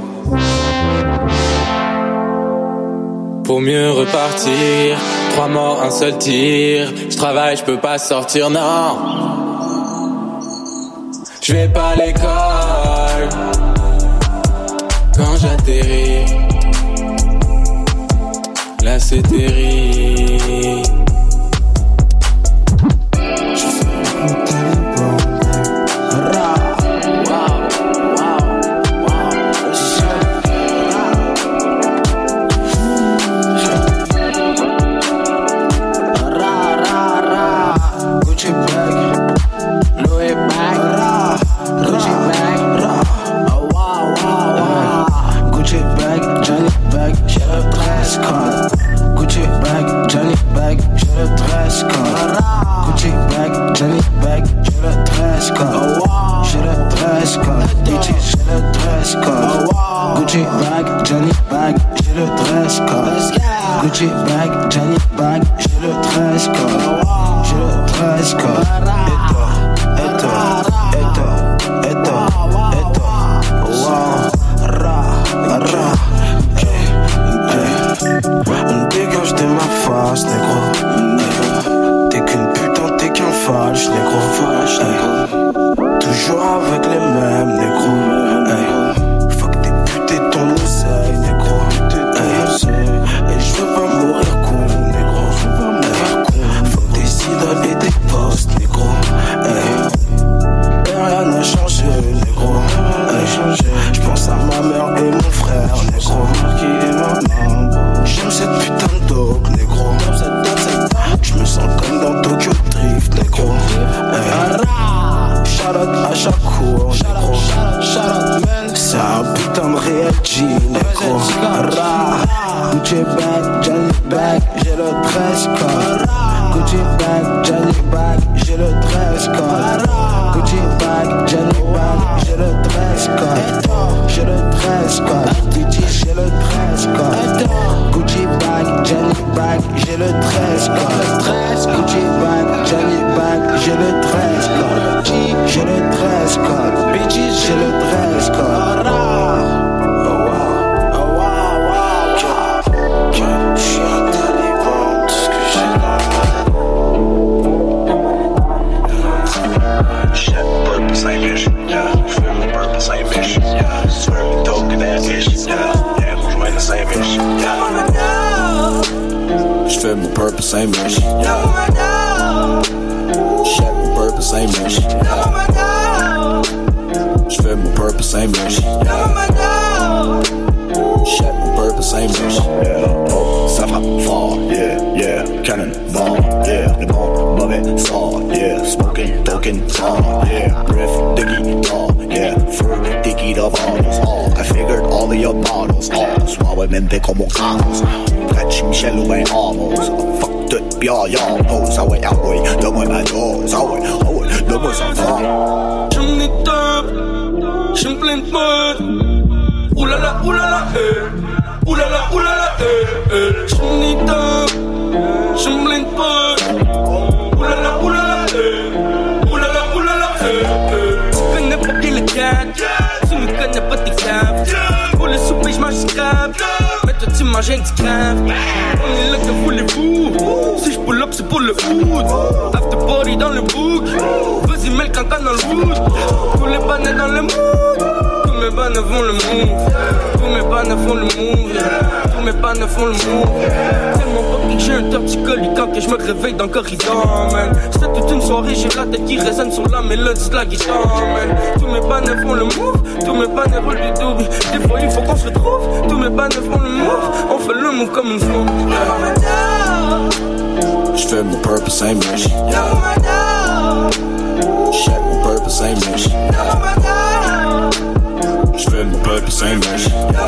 Pour mieux repartir, trois morts, un seul tir. Je travaille, je peux pas sortir, non. Je vais pas à l'école quand j'atterris. Là c'est terrible. Gucci bag, Johnny bag, j'ai le dress code. Gucci bag, Johnny bag, j'ai le dress code. J'ai le dress code. Et toi, et toi, et toi, et toi, et toi. Wow, ra, ra. On dégage de ma face, négro. T'es qu'une putain, t'es qu'un falche, négro. Toujours avec les mêmes, négro. Fuck tes putes et ton oseille, négro. Et je veux pas mourir con, négro. Fuck tes idoles et tes postes, négro. Et rien n'a changé, négro. J'pense à ma mère et mon frère, négro. J'aime cette putain de dog, négro. J'me sens comme dans Tokyo Drift, négro. Shout-out à chaque cours, négro. C'est un putain de réel G, négro. Gucci bag, Johnny bag, j'ai le dress code. Gucci bag, Johnny bag, j'ai le dress code. Gucci bag, Johnny bag, j'ai le dress code. J'ai le dress code. Gucci, j'ai le dress code. Gucci bag, Johnny bag, j'ai le dress code. Gucci bag, Johnny bag, j'ai le dress code. J'ai le dress code. Bitches, j'ai le dress code. J'fais mon purpose, ain't me. Shit, mon purpose, ain't me. J'fais mon purpose. purpose ain't rich. Shit, mon purpose ain't rich. Yeah, oh, ça va fort, yeah, yeah. Cannonball, yeah. Le bon, mauvais sort, yeah. Smoking, token, song, yeah. Riff, the guitar, yeah. Fruit, dicky, the bottles, all. I figured all of your bottles, all. Suavemente como Carlos. Catch Michel ou ben Amos. Fuck tout, pis y'all pose. Ah ouais, ah ouais, donne-moi ma dose. Ah ouais, ah ouais, donne-moi ça fort. J'en ai top, j'en plein de mode. Oulala, oulala, eh. Oulala, oulala, eh, eh. J'en ai top, j'en plein de mode. Oulala, oulala, eh. Oulala, oulala, eh, eh. Tu connais pas bien le cadre, tu ne connais pas tes câbles. Pour le souper, j'mange du crab. Mais toi, tu manges un petit crabe. On est là, que voulez-vous? Si j'pull up, c'est pour le food. After party dans le book. Vas-y, mets le cancan dans le wood. Tous les bannets dans le mood. Tous mes bannets font le move. Tous mes bannets font le move. Tous mes bannets font le move. Tellement pas que j'ai un torticolis quand que je me réveille dans le corridor, man. C'est toute une soirée, j'ai la tête qui résonne sur la mélodie de la guitare, man. Tous mes bannets font le move. Tous mes bannets roulent du double. Des fois, il faut qu'on se retrouve. Tous mes bannets font le move. On fait le move comme une fou. J'fais mon purpose ain't rich. Shit, mon purpose ain't rich. J'fais mon purpose ain't rich.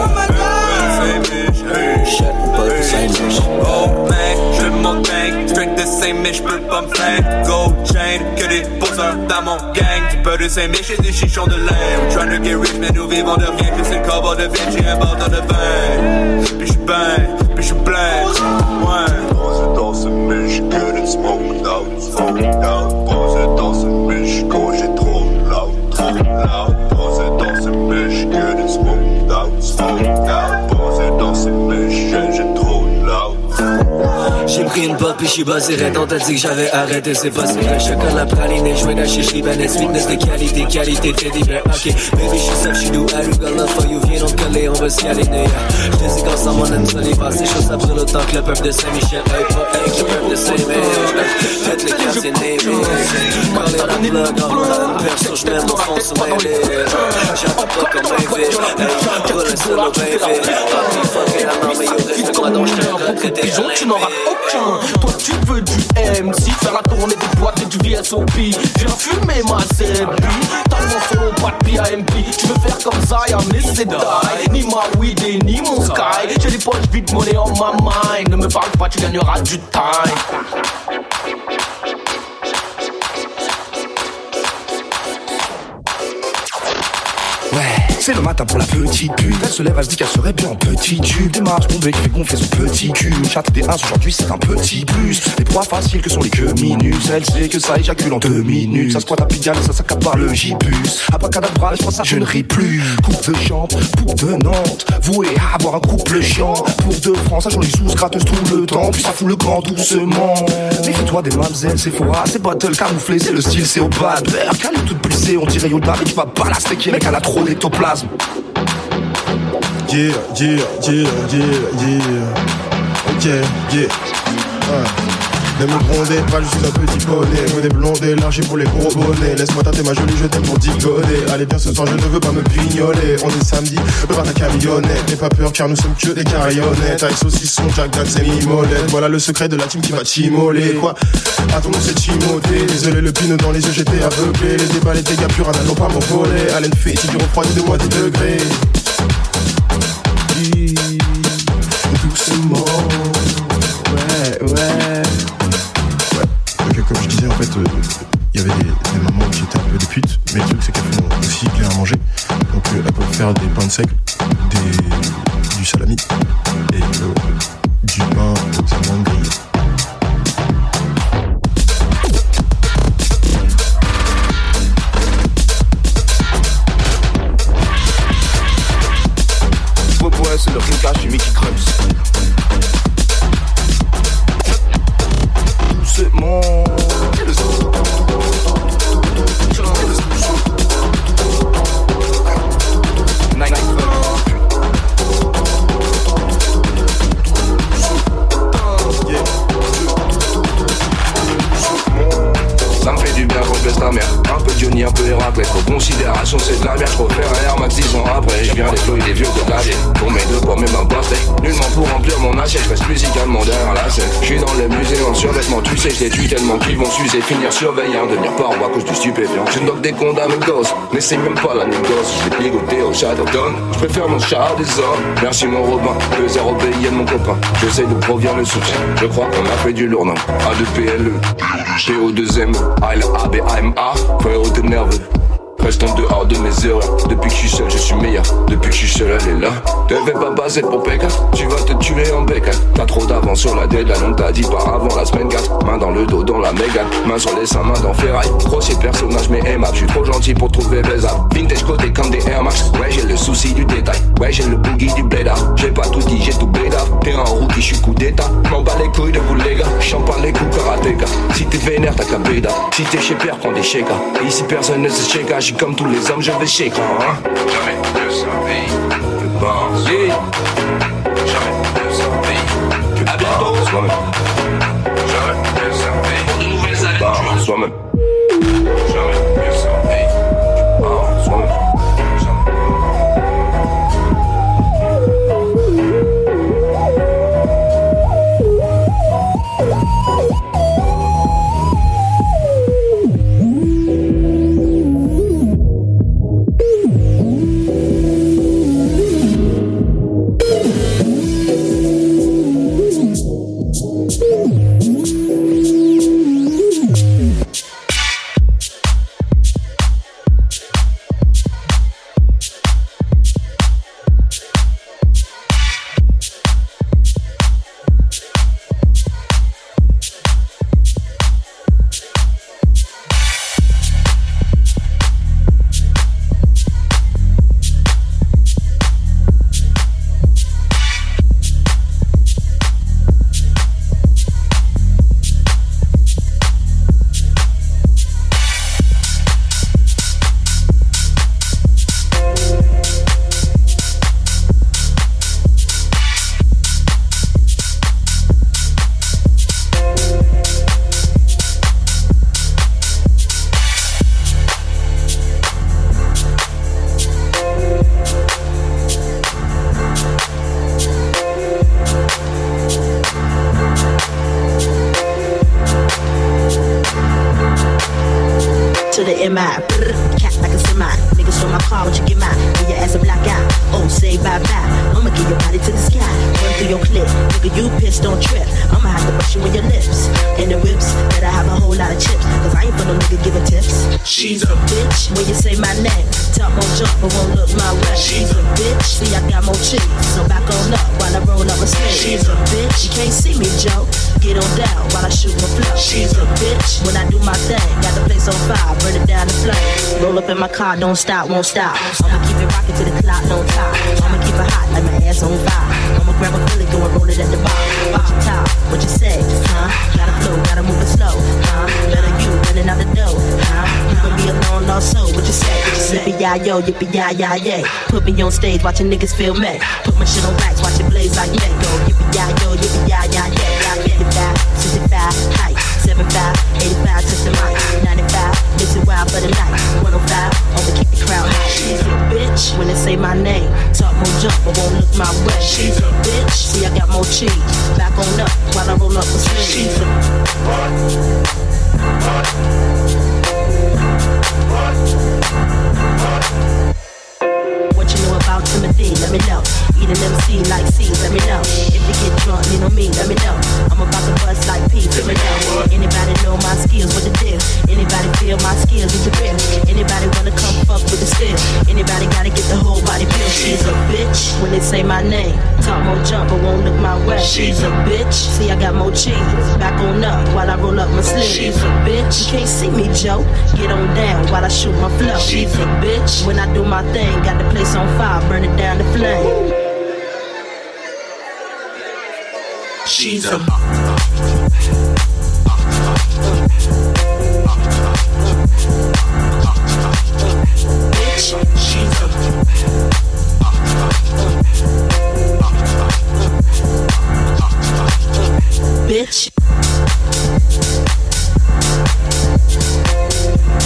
Shit, mon purpose ain't rich. Oh man, je mon tank, straight de Saint-Mich, j'peux pas m'flingue. Gold chain, que des poseurs dans mon gang. Du peu de Saint-Mich et des chichons de lait. I'm trying to get rich, mais nous vivons de rien. Que c'est le cowboy de Vinci, un bâton de vin. Puis j'suis ben, puis j'suis plein. Ouais. Pose dans ce mich, que des smoke out, smoke out. Pose dans ce mich, quand j'ai trop loud, trop loud. Pose dans ce mich, que des smoke out, smoke out. Pose dans ce mich, j'ai trop loud. J'ai pris une pop pis j'suis basé raide. On t'a dit que j'avais arrêté, c'est pas si vrai. Chocolat praliné, j'mets la chiche libanais. Sweetness de qualité, qualité, teddy bear. Ok, baby, j'suis safe, j'suis doux. I do got love for you, viens donc coller, on va se câliner. J'te dis qu'ensemble on aime ça les passer. Choses après autant que le peuple de Saint-Michel. Hey, pas avec le peuple de Saint-Mich. Faites les quartiers nés, quand les rap plug, on a une perso, j'mets mon fond sur mes lèvres. J'entends pas comme un vide. Hey, roule un solo ben vite. Papi, fuck it, I'm on me, yo, respecte-moi donc j'te retraité. Tu n'en rates aucun. Toi tu veux du M C, faire la tournée des boîtes et du V S O P. Viens fumer ma Z B. T'as mon solo, pas de P A M P. Tu veux faire comme ça, y'a mais c'est die. Ni ma weed et ni mon sky. J'ai des poches vides, money on my mind. Ne me parle pas, tu gagneras du time. C'est le matin pour la petite pute. Elle se lève, elle se dit qu'elle serait bien en petit tube. Démarche bombée qui fait gonfler son petit cul. Chatte des uns aujourd'hui c'est un petit plus. Les proies faciles que sont les queues minutes. Elle sait que ça éjacule en deux minutes. Ça squatte à Pigalle et ça s'accapare le gibus. Abracadabra, je pense ça je ne ris plus. Coupe de chambre, coupe de Nantes. Voué à avoir un couple chiant. Pour de France, ça jolie sous gratteuse tout le temps. Puis ça fout le camp doucement. Méfie-toi des mamzelles, c'est Sephora, c'est battle camouflé, c'est le style, c'est au bad. Berk, elle est toute plissée, on dirait Yoda, mais tu vas balaster qui mec, elle a trop d'ectoplasme. Yeah, yeah, yeah, yeah, yeah. Ok, yeah. Ouais. Ne me grondez pas, je suis un petit poney. Faut des blondes élargies pour les gros bonnets. Laisse-moi tâter ma jolie, je t'aime pour digoner. Allez bien ce soir, je ne veux pas me pignoler. On est samedi, prépare ta camionnette. N'aie pas peur car nous sommes que des carionnettes. Avec saucisson, Jack Daniels et Mimolette. Voilà le secret de la team qui va t'immoler. Quoi? Attends, c'est Timothée. Désolé, le pinot dans les yeux, j'étais aveuglé. Les débats, les dégâts purs, n'allons pas m'envoler. Haleine fétide, refroidi de moi des degrés. Doucement. Ouais, ouais. Donc, comme je disais, en fait, il euh, y avait des, des mamans qui étaient un peu des putes, mais le truc, c'est qu'elles font aussi bien à manger. Donc, euh, elles peuvent faire des pains de seigle, des, du salami et euh, du pain aux amandes grillées. C'est le ringage du Mickey Crumbs. Doucement. Yeah. baisse ta mère. Un peu Johnny, un peu Héraclès. Pour considération, c'est de la merde. Je préfère un Air Max dix ans après. Je viens des flots et des vieux de clavier. Pour mes deux pommes et ma pastèque. Nullement pour remplir mon assiette. Je reste musicalement derrière la scène. Je suis dans les musées en survêtement. Tu sais, je les tue tellement qu'ils vont s'user. Finir surveillant, devenir parent à cause du stupéfiant. Je doc des condamnes mes gosses. Mais c'est même pas la négoce. Je vais ligoter au Shadowton. Je préfère mon chat des hommes. Merci mon Robin. Le zéro B I N mon copain. Je sais d'où provient le soutien. Je crois qu'on a fait du lourd, non. A deux P L E. P O deux M. A L A B A M A. Frérot t'es nerveux. Reste en dehors de mes erreurs. Depuis que je suis seul, je suis meilleur. Depuis que je suis seul, elle est là. Ne fais pas passer pour Pékin. Tu vas te tuer en bécane. T'as trop d'avance sur la deadline. On t'a dit pas avant la semaine quatre. Main dans le dos, dans la mégane. Main sur les seins, main dans ferraille. Grossier personnage, mais aimable. Je suis trop gentil pour trouver baisable. Vintage côté comme des Air Max. Ouais, j'ai le souci du détail. Ouais, j'ai le boogie du blédard. J'ai pas tout dit, j'ai tout blédard. T'es un rookie, je suis coup d'état. M'en bats les couilles de vous, les gars. J'en parle les coups karatéka. Si t'es vénère, t'as qu'à béda. Si t'es chez Père, prends des shakers. Ici, personne ne se shake. Je suis comme tous les hommes, je vais shake, hein. Jamais de sa vie que pense. Yeah. Jamais de sa vie que pense. Soi-même. Jamais de sa vie pour de nouvelles aventures. Soi-même. Jamais de sa vie que pense. Soi-même. To the M I, cat like a semi. Niggas from my car, but you get mine. When your ass a black eye, oh say bye bye. I'ma give your body to the sky, run through your clip. Nigga, you pissed, don't trip. I'ma have to brush you with your lips and the whips. Better have a whole lot of chips, cause I ain't for no nigga giving tips. She's a bitch when you say my name. Talk more jump, but won't look my way. She's a bitch, see I got more cheese, so back on up while I roll up a sleeve. She's a bitch, you can't see me, Joe. Get on down while I shoot my flow. She's a bitch when I do my thing. Got the place on fire, burn it down the flame. Roll up in my car, don't stop, won't stop. I'ma keep it rocking till the clock don't top. I'ma keep it hot like my ass on fire. I'ma grab a Philly, go and roll it at the bar. Watch your top, what you say, huh? Gotta flow, gotta move it slow, huh? Better you running out the door, huh? You gon' be a long lost soul, what you say? Yippee-yi-yo, yippee-yi-yi-yay. Put me on stage, watching niggas feel me. Put my shit on wax, watch it blaze like me. Go yippee-yi-yo, yippee-yi-yi-yay. fifty-five, sixty-five, height, seventy-five, eighty-five, touch the mic, ninety-five, mix it wild for the night, one oh five, only keep the crowd high. She's a bitch when they say my name, talk more jump but won't look my way. She's a bitch, see I got more cheese, back on up while I roll up a sleeve. She's a what? What? What? What? What you know about Timothy, let me know. Eating M C like C, let me know. If you get drunk, lean on me, let me know. I'm about to bust like P, let me know. Anybody know my skills, what it is? Anybody feel my skills, it's a real. Anybody wanna come fuck with the steel? Anybody gotta get the whole body feel? She's a bitch when they say my name. Talk more jump, but won't look my way. She's a bitch, see I got more cheese. Back on up while I roll up my sleeve. She's a bitch, you can't see me, Joe. Get on down while I shoot my flow. She's a bitch when I do my thing. Got the place on fire, burn it down the flame. She's a bitch. She's a bitch.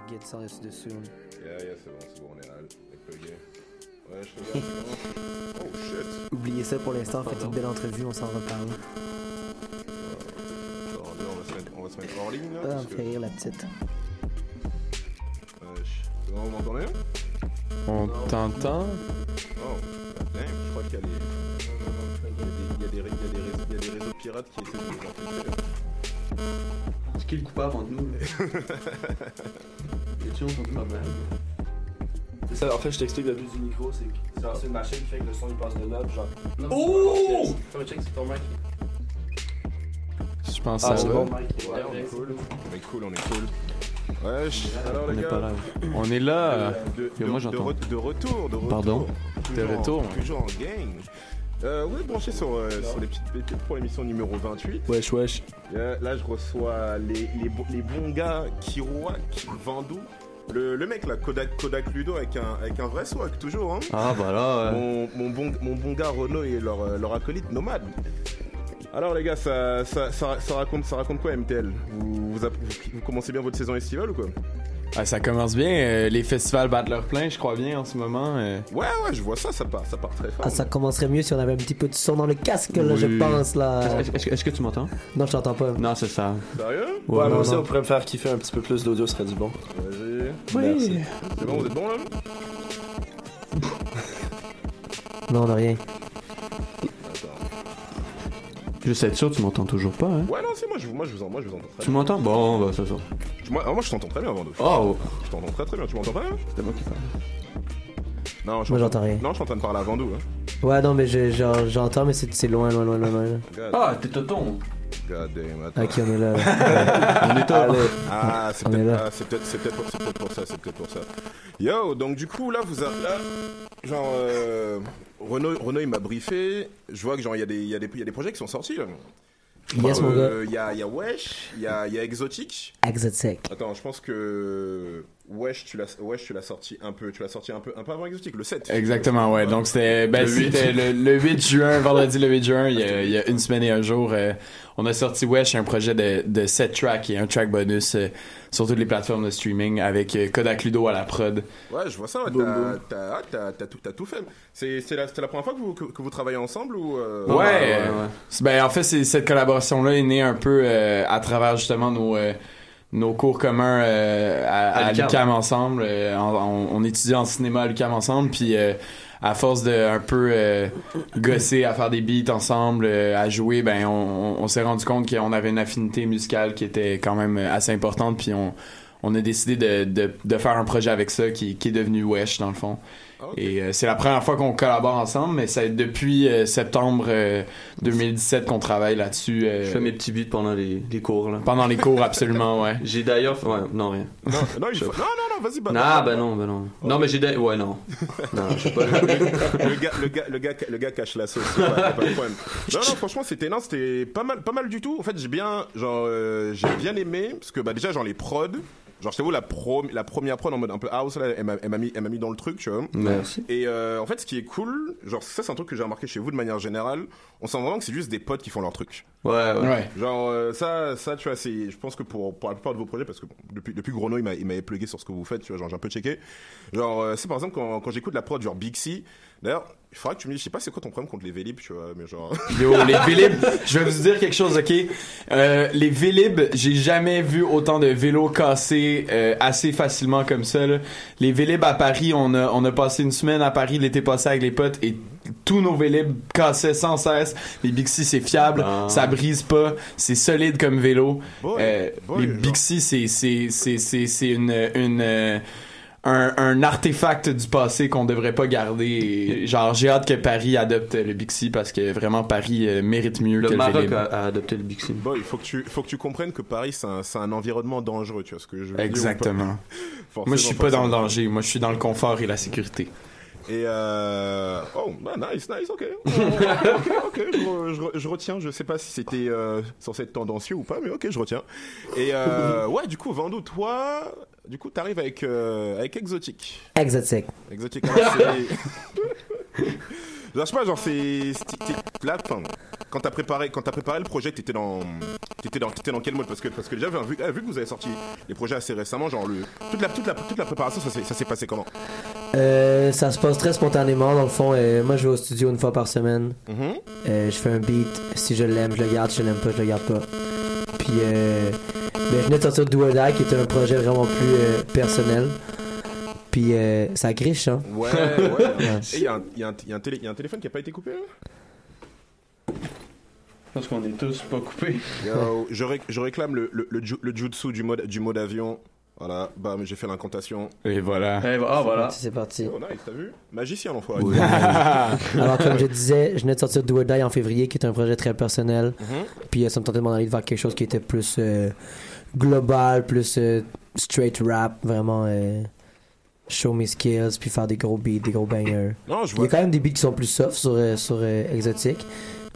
get ça de soon. Yeah, yeah, c'est bon, c'est bon, on est là. Ouais, je regarde. Oh shit. Oubliez ça pour l'instant, faites une belle entrevue, on s'en reparle. Euh, on, va se mettre, on va se mettre en ligne là. Ah, parce on fait rire la petite. Euh, c'est bon, vous m'entendez? On t'entend? Oh, damn, je crois qu'il y a les. Il y a des, il y a des, il y a des, réseaux, il y a des réseaux pirates qui essaient de nous infiltrer. C'est qui le coupable entre nous? Les tunes sont pas mal. C'est ça, en fait, je t'explique le but du micro, c'est que genre, c'est une machine qui fait que le son il passe de là, genre. Oh! Fais un check, c'est ton mic. Je pense ah, que ça c'est va. bon, Mike. Ouais, on est cool. On est cool, on est cool. Wesh, alors on les est gars. pas là. On est là. De, de, moi de, j'entends. de, de retour, de retour. Pardon. Toujours De retour. En, toujours en gang. Euh, vous êtes branchés sur, euh, sur les petites pépites pour l'émission numéro vingt-huit. Wesh, wesh. Euh, là, je reçois les, les, les bons gars Kiroak, Vandou. Le, le mec là, Kodak, Kodak Ludo avec un, avec un vrai swag toujours. Hein. Ah bah là, ouais. Mon, mon, bon, mon bon gars Renaud et leur, leur acolyte Nomade. Alors les gars, ça, ça, ça, ça, raconte, ça raconte quoi M T L vous, vous, vous, vous commencez bien votre saison estivale ou quoi? Ah, ça commence bien, euh, les festivals battent leur plein, je crois bien en ce moment. Euh... Ouais, ouais, je vois ça, ça part, ça part très fort. Ah, ça commencerait mieux si on avait un petit peu de son dans le casque, là, oui. Je pense, là. Est-ce, est-ce, est-ce que tu m'entends? Non, je t'entends pas. Non, c'est ça. Sérieux? Ouais, ouais moi aussi, non. on pourrait me faire kiffer un petit peu plus d'audio, ce serait du bon. Vas-y. Oui. Merci. C'est bon, vous êtes bon, là? Non, on a rien. Juste être sûr, tu m'entends toujours pas, hein? Ouais, non, c'est moi, je, moi, je vous, moi, je vous entends très bien. Tu m'entends? Bon, bah, c'est ça. Moi, moi, je t'entends très bien, Vando. Oh! Je t'entends très très bien, tu m'entends pas, hein? C'est moi qui parle. Non, je moi, j'entends rien. Non, je suis en train de parler à Vandou, hein. Ouais, non, mais je, genre, j'entends, mais c'est, c'est loin, loin, loin, loin, loin. Ah, t'es tonton! God damn, attends. Ok, on est là. là. On est là. Ah, c'est peut-être, ah, c'est, peut-être, c'est, peut-être pour, c'est peut-être pour ça, c'est peut-être pour ça. Yo, donc du coup, là, vous avez... Là, genre, euh, Renaud, Renaud, il m'a briefé. Je vois que genre, il y a des, il y a des, il y a des projets qui sont sortis, là. Yes, euh, mon gars. Il y a, y a Wesh, il y a, y a Exotic. Exotic. Attends, je pense que Wesh, tu l'as, Wesh, tu l'as sorti un peu, tu l'as sorti un peu, un peu avant Exotic, le sept. Exactement, ouais. Donc c'était, ben, le c'était le, le huit juin, vendredi le huit juin, il y a, il y a une semaine et un jour, euh, on a sorti Wesh, un projet de, de sept tracks et un track bonus euh, sur toutes les plateformes de streaming avec euh, Kodak Ludo à la prod. Ouais, je vois ça. Ouais, boom, t'as, boom. T'as, t'as, t'as, tout, t'as tout fait. C'est, c'est, la, c'est la première fois que vous, que, que vous travaillez ensemble ou euh... ouais, ouais, ouais, ouais. Ben en fait, c'est, cette collaboration-là est née un peu euh, à travers justement nos euh, nos cours communs euh, à, à, à l'U Q A M ensemble. Euh, on, on étudie en cinéma à l'U Q A M ensemble, puis euh, à force de un peu euh, gosser à faire des beats ensemble, euh, à jouer, ben on, on s'est rendu compte qu'on avait une affinité musicale qui était quand même assez importante, puis on on a décidé de, de, de faire un projet avec ça qui, qui est devenu Wesh dans le fond. Okay. Et euh, c'est la première fois qu'on collabore ensemble, mais c'est depuis euh, septembre euh, deux mille dix-sept qu'on travaille là-dessus. Euh, Je fais mes petits beats pendant les, les cours. Là. Pendant les cours, absolument, ouais. J'ai d'ailleurs... Ouais, non, rien. Non, non, il faut... non, non, non, vas-y. Bah, non, bah, bah non, bah non. Okay. Non, mais j'ai d'ailleurs... Ouais, non. Non, je sais pas. le, gars, le, gars, le, gars, le gars cache la sauce, pas, pas de problème. Non, non, franchement, c'était, non, c'était pas mal, pas mal du tout. En fait, j'ai bien, genre, euh, j'ai bien aimé, parce que bah, déjà, genre, les prods... Genre, je t'avoue, la, pro, la première prod en mode un peu house, là, elle m'a, elle m'a, mis, elle m'a mis dans le truc, tu vois. Merci. Et euh, en fait, ce qui est cool, genre, ça, c'est un truc que j'ai remarqué chez vous de manière générale. On sent vraiment que c'est juste des potes qui font leur truc. Ouais, ouais. ouais. Genre, euh, ça, ça, tu vois, c'est, je pense que pour, pour la plupart de vos projets, parce que bon, depuis, depuis Grono, il, m'a, il m'avait plugué sur ce que vous faites, tu vois, genre, j'ai un peu checké. Genre, euh, c'est par exemple quand, quand j'écoute la prod, genre Big C. D'ailleurs, il faudra que tu me dises, je sais pas c'est quoi ton problème contre les Vélib, tu vois, mais genre... Yo, les Vélib, je vais vous dire quelque chose, ok? Euh, les Vélib, j'ai jamais vu autant de vélos cassés euh, assez facilement comme ça, là. Les Vélib à Paris, on a, on a passé une semaine à Paris l'été passé avec les potes et tous nos Vélib cassaient sans cesse. Les Bixi, c'est fiable, ah. ça brise pas, c'est solide comme vélo. Boy, euh, boy, les Bixi, c'est, c'est, c'est, c'est, c'est une... une euh, Un, un artefact du passé qu'on devrait pas garder. Et, genre, j'ai hâte que Paris adopte le Bixi parce que vraiment Paris euh, mérite mieux le que Maroc le Vélib. a, a adopté le Bixi. Bon, il faut que tu, faut que tu comprennes que Paris c'est un, c'est un environnement dangereux, tu vois ce que je veux Exactement. dire. Moi, je suis pas dans le danger. Moi, je suis dans le confort et la sécurité. Et euh... oh, bah, nice, nice, ok. ok, ok, je, je, je retiens. Je sais pas si c'était euh, censé être tendancieux ou pas, mais ok, je retiens. Et euh, ouais, du coup, Vandou, toi, du coup, t'arrives avec euh, avec Exotic. Exotic. Exotic. Alors, c'est... Genre, je sais pas, genre, c'est. Là, enfin, quand t'as préparé, quand t'as préparé le projet, t'étais dans, t'étais dans, t'étais dans quel mode? Parce que, parce que déjà, vu, vu que vous avez sorti les projets assez récemment, genre le, toute la, toute la, toute la préparation, ça s'est, ça s'est passé comment? Euh, ça se passe très spontanément dans le fond. Euh, moi, je vais au studio une fois par semaine. Mm-hmm. Euh, je fais un beat. Si je l'aime, je le garde. Si je l'aime pas, je le garde pas. Puis, euh, ben, je venais de sortir Do or Die, qui était un projet vraiment plus euh, personnel. Puis, euh, ça griche, hein? Ouais, ouais. Et il y, y, y, y, y a un téléphone qui a pas été coupé, hein? Je pense qu'on est tous pas coupés. Yo, je, ré, je réclame le, le, le, ju, le jutsu du mode, du mode avion. Voilà, bam, j'ai fait l'incantation. Et voilà. Et ah, voilà. C'est parti. Oh, nice, t'as vu? Magicien, l'enfoiré. Ouais. Alors, comme je disais, je venais de sortir Do or Die en février, qui est un projet très personnel. Mm-hmm. Puis, euh, ça me tentait de m'en aller vers quelque chose qui était plus euh, global, plus euh, straight rap, vraiment euh, show me skills, puis faire des gros beats, des gros bangers. Non, je vois. Il y a quand même des beats qui sont plus soft sur, euh, sur euh, Exotique.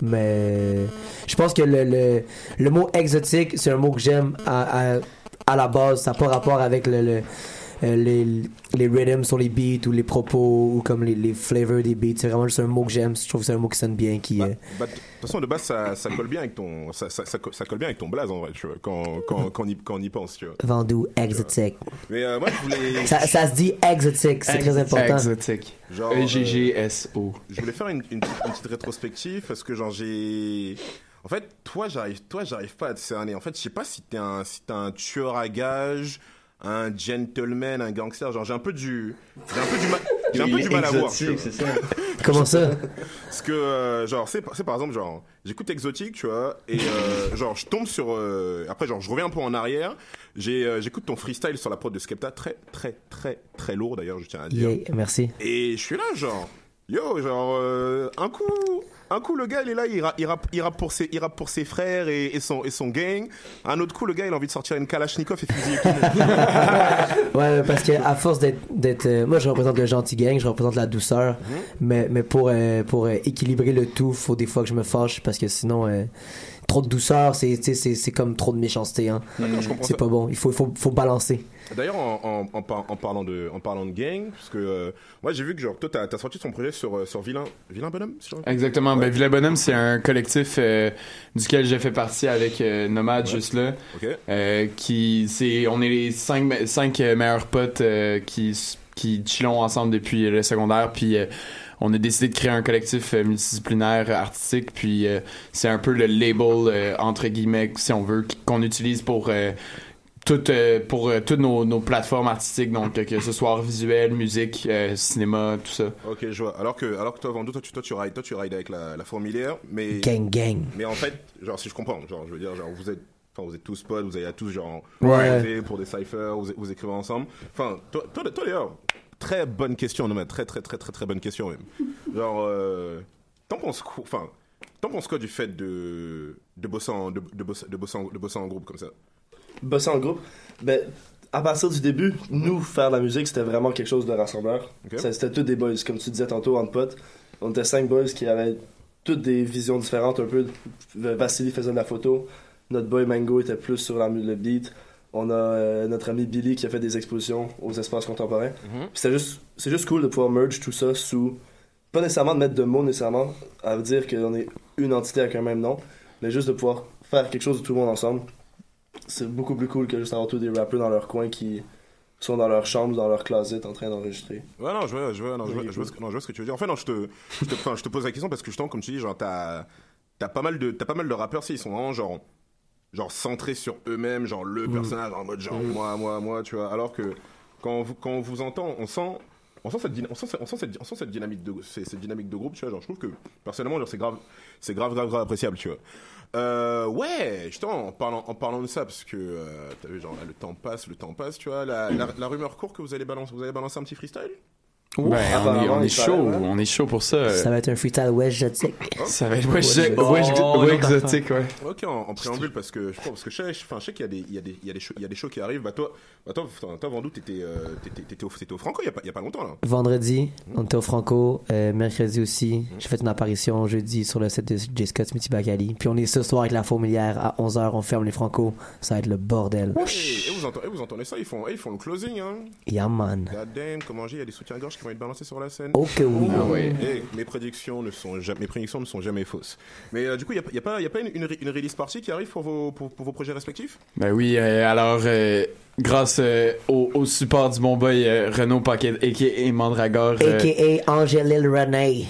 Mais je pense que le, le, le mot exotique, c'est un mot que j'aime à, à, à la base. Ça n'a pas rapport avec le, le, les, les rhythms sur les beats ou les propos ou comme les, les flavors des beats. C'est vraiment juste un mot que j'aime. Je trouve que c'est un mot qui sonne bien. Qui, bah, euh... bah, de toute façon, de base, ça, ça colle bien avec ton, ça, ça, ça, ça colle bien avec ton blaze en vrai, tu vois, quand, quand, quand, on, y, quand on y pense, tu vois. Vendu exotique. Mais euh, moi, je voulais. ça, ça se dit exotique, c'est Ex- très important. Exotique. Genre. E G G S O. Euh, je voulais faire une, une, une petite rétrospective parce que, genre, j'ai. En fait, toi, j'arrive, toi, j'arrive pas à te cerner. En fait, je sais pas si t'es un, si t'es un tueur à gages, un gentleman, un gangster. Genre, j'ai un peu du, j'ai un peu du mal, j'ai un peu du mal à voir. C'est ça. Comment ça? Parce que, euh, genre, c'est, c'est par exemple, genre, j'écoute Exotique, tu vois, et euh, genre, je tombe sur, euh, après, genre, je reviens un peu en arrière. J'ai, euh, j'écoute ton freestyle sur la prod de Skepta, très, très, très, très lourd d'ailleurs, je tiens à dire. Yeah, merci. Et je suis là, genre, yo, genre, euh, un coup. Un coup, le gars, il est là, il rappe, il rappe, il rappe, pour, ses, il rappe pour ses frères et, et, son, et son gang. Un autre coup, le gars, il a envie de sortir une Kalachnikov et fusiller tout le monde. Ouais, parce qu'à force d'être... d'être euh, moi, je représente le gentil gang, je représente la douceur. Mm-hmm. Mais, mais pour, euh, pour euh, équilibrer le tout, faut des fois que je me fâche parce que sinon... Euh, trop de douceur, c'est, c'est, c'est, c'est comme trop de méchanceté. Hein. D'accord, je comprends c'est ça. pas bon, il faut, il faut, faut balancer. D'ailleurs, en, en, en, par, en, parlant de, en parlant de gang, parce que euh, moi j'ai vu que genre, toi t'as, t'as sorti ton projet sur, sur Vilain, Vilain Bonhomme si Exactement, ouais. ben, Vilain Bonhomme c'est un collectif euh, duquel j'ai fait partie avec euh, Nomade ouais. juste là. Okay. Euh, qui, c'est, on est les cinq, cinq meilleurs potes euh, qui, qui chillons ensemble depuis le secondaire, puis euh, on a décidé de créer un collectif euh, multidisciplinaire artistique, puis euh, c'est un peu le label euh, entre guillemets si on veut qu'on utilise pour euh, toutes euh, pour euh, toutes nos, nos plateformes artistiques, donc euh, que ce soit art visuel, musique, euh, cinéma, tout ça. Ok, je vois. Alors que alors que toi Vandou, toi tu toi tu rides, toi tu rides avec la, la fourmilière, mais gang gang. Mais en fait, genre si je comprends, genre je veux dire, genre vous êtes Enfin, vous êtes tous potes, vous avez tous genre ouais. pour des cyphers, vous, vous écrivez ensemble. Enfin, toi, toi, toi d'ailleurs, très bonne question, non mais très très très très très bonne question même. Genre, euh, t'en penses quoi, enfin, t'en penses quoi du fait de de bosser en de, de bosser de bosser en, de bosser en groupe comme ça? Bosser en groupe, ben à partir du début, nous faire la musique c'était vraiment quelque chose de rassembleur. Okay. Ça, c'était tous des boys, comme tu disais tantôt entre potes. On était cinq boys qui avaient toutes des visions différentes un peu. Vassili faisait de la photo. Notre boy Mango était plus sur la, le beat. On a euh, notre ami Billy qui a fait des expositions aux espaces contemporains. Mm-hmm. Puis c'est juste, c'est juste cool de pouvoir merge tout ça sous... Pas nécessairement de mettre de mots nécessairement à dire qu'on est une entité avec un même nom, mais juste de pouvoir faire quelque chose de tout le monde ensemble. C'est beaucoup plus cool que juste avoir tous des rappeurs dans leur coin qui sont dans leur chambre, dans leur closet en train d'enregistrer. Ouais, non, je vois, je vois, non, je vois, je vois, ce, que, non, je vois ce que tu veux dire. En fait, non, je te, je te, enfin, je te pose la question parce que justement, comme tu dis, genre, t'as, t'as pas mal de, t'as pas mal de rappeurs, si, ils sont vraiment genre... genre centrés sur eux-mêmes, genre le mmh. personnage en mode genre mmh. moi, moi, moi, tu vois. Alors que quand on vous, quand on vous entend, on sent, on sent cette, on sent, on sent cette, on sent cette dynamique de, cette, cette dynamique de groupe, tu vois. Genre je trouve que personnellement, genre c'est grave, c'est grave, grave, grave appréciable, tu vois. Euh, ouais, justement en parlant, en parlant de ça, parce que euh, t'as vu genre là, le temps passe, le temps passe, tu vois. La, la, la rumeur court que vous allez balancer, vous allez balancer un petit freestyle. Ouais, ah bah, on, est, on est chaud, ouais. on est chaud pour ça. Ça va être un freestyle exotique. Oh. Ça va être ouais, exotique, ouais. Ok, en, en préambule parce que je crois parce que je sais, enfin je sais qu'il y a des il y a des il y a des shows, il y a des shows qui arrivent. Bah toi, bah toi, toi Vandou, t'étais euh, t'étais, t'étais, au, t'étais au Franco il y a pas il y a pas longtemps là. Vendredi, on était au Franco, euh, mercredi aussi. Mm. J'ai fait une apparition jeudi sur le set de J. Scott Mitibakali. Puis on est ce soir avec la Fourmilière à onze heures, on ferme les Franco. Ça va être le bordel. Et, et vous entendez, et vous entendez ça, ils font ils font le closing hein. Yeah man. God damn, comment j'ai, il y a des soutiens-gorge qui vont envie de balancer sur la scène. Ok, oui. Oh, Ah ouais. Et mes prédictions ne sont jamais, mes prédictions ne sont jamais fausses. Mais euh, du coup, il n'y a, y a pas, y a pas une, une, une release party qui arrive pour vos, pour, pour vos projets respectifs? Ben oui, euh, alors, euh, grâce euh, au, au support du bon boy euh, Renaud Paquet, a k a. Mandragore. Euh... A K A. Angélil René.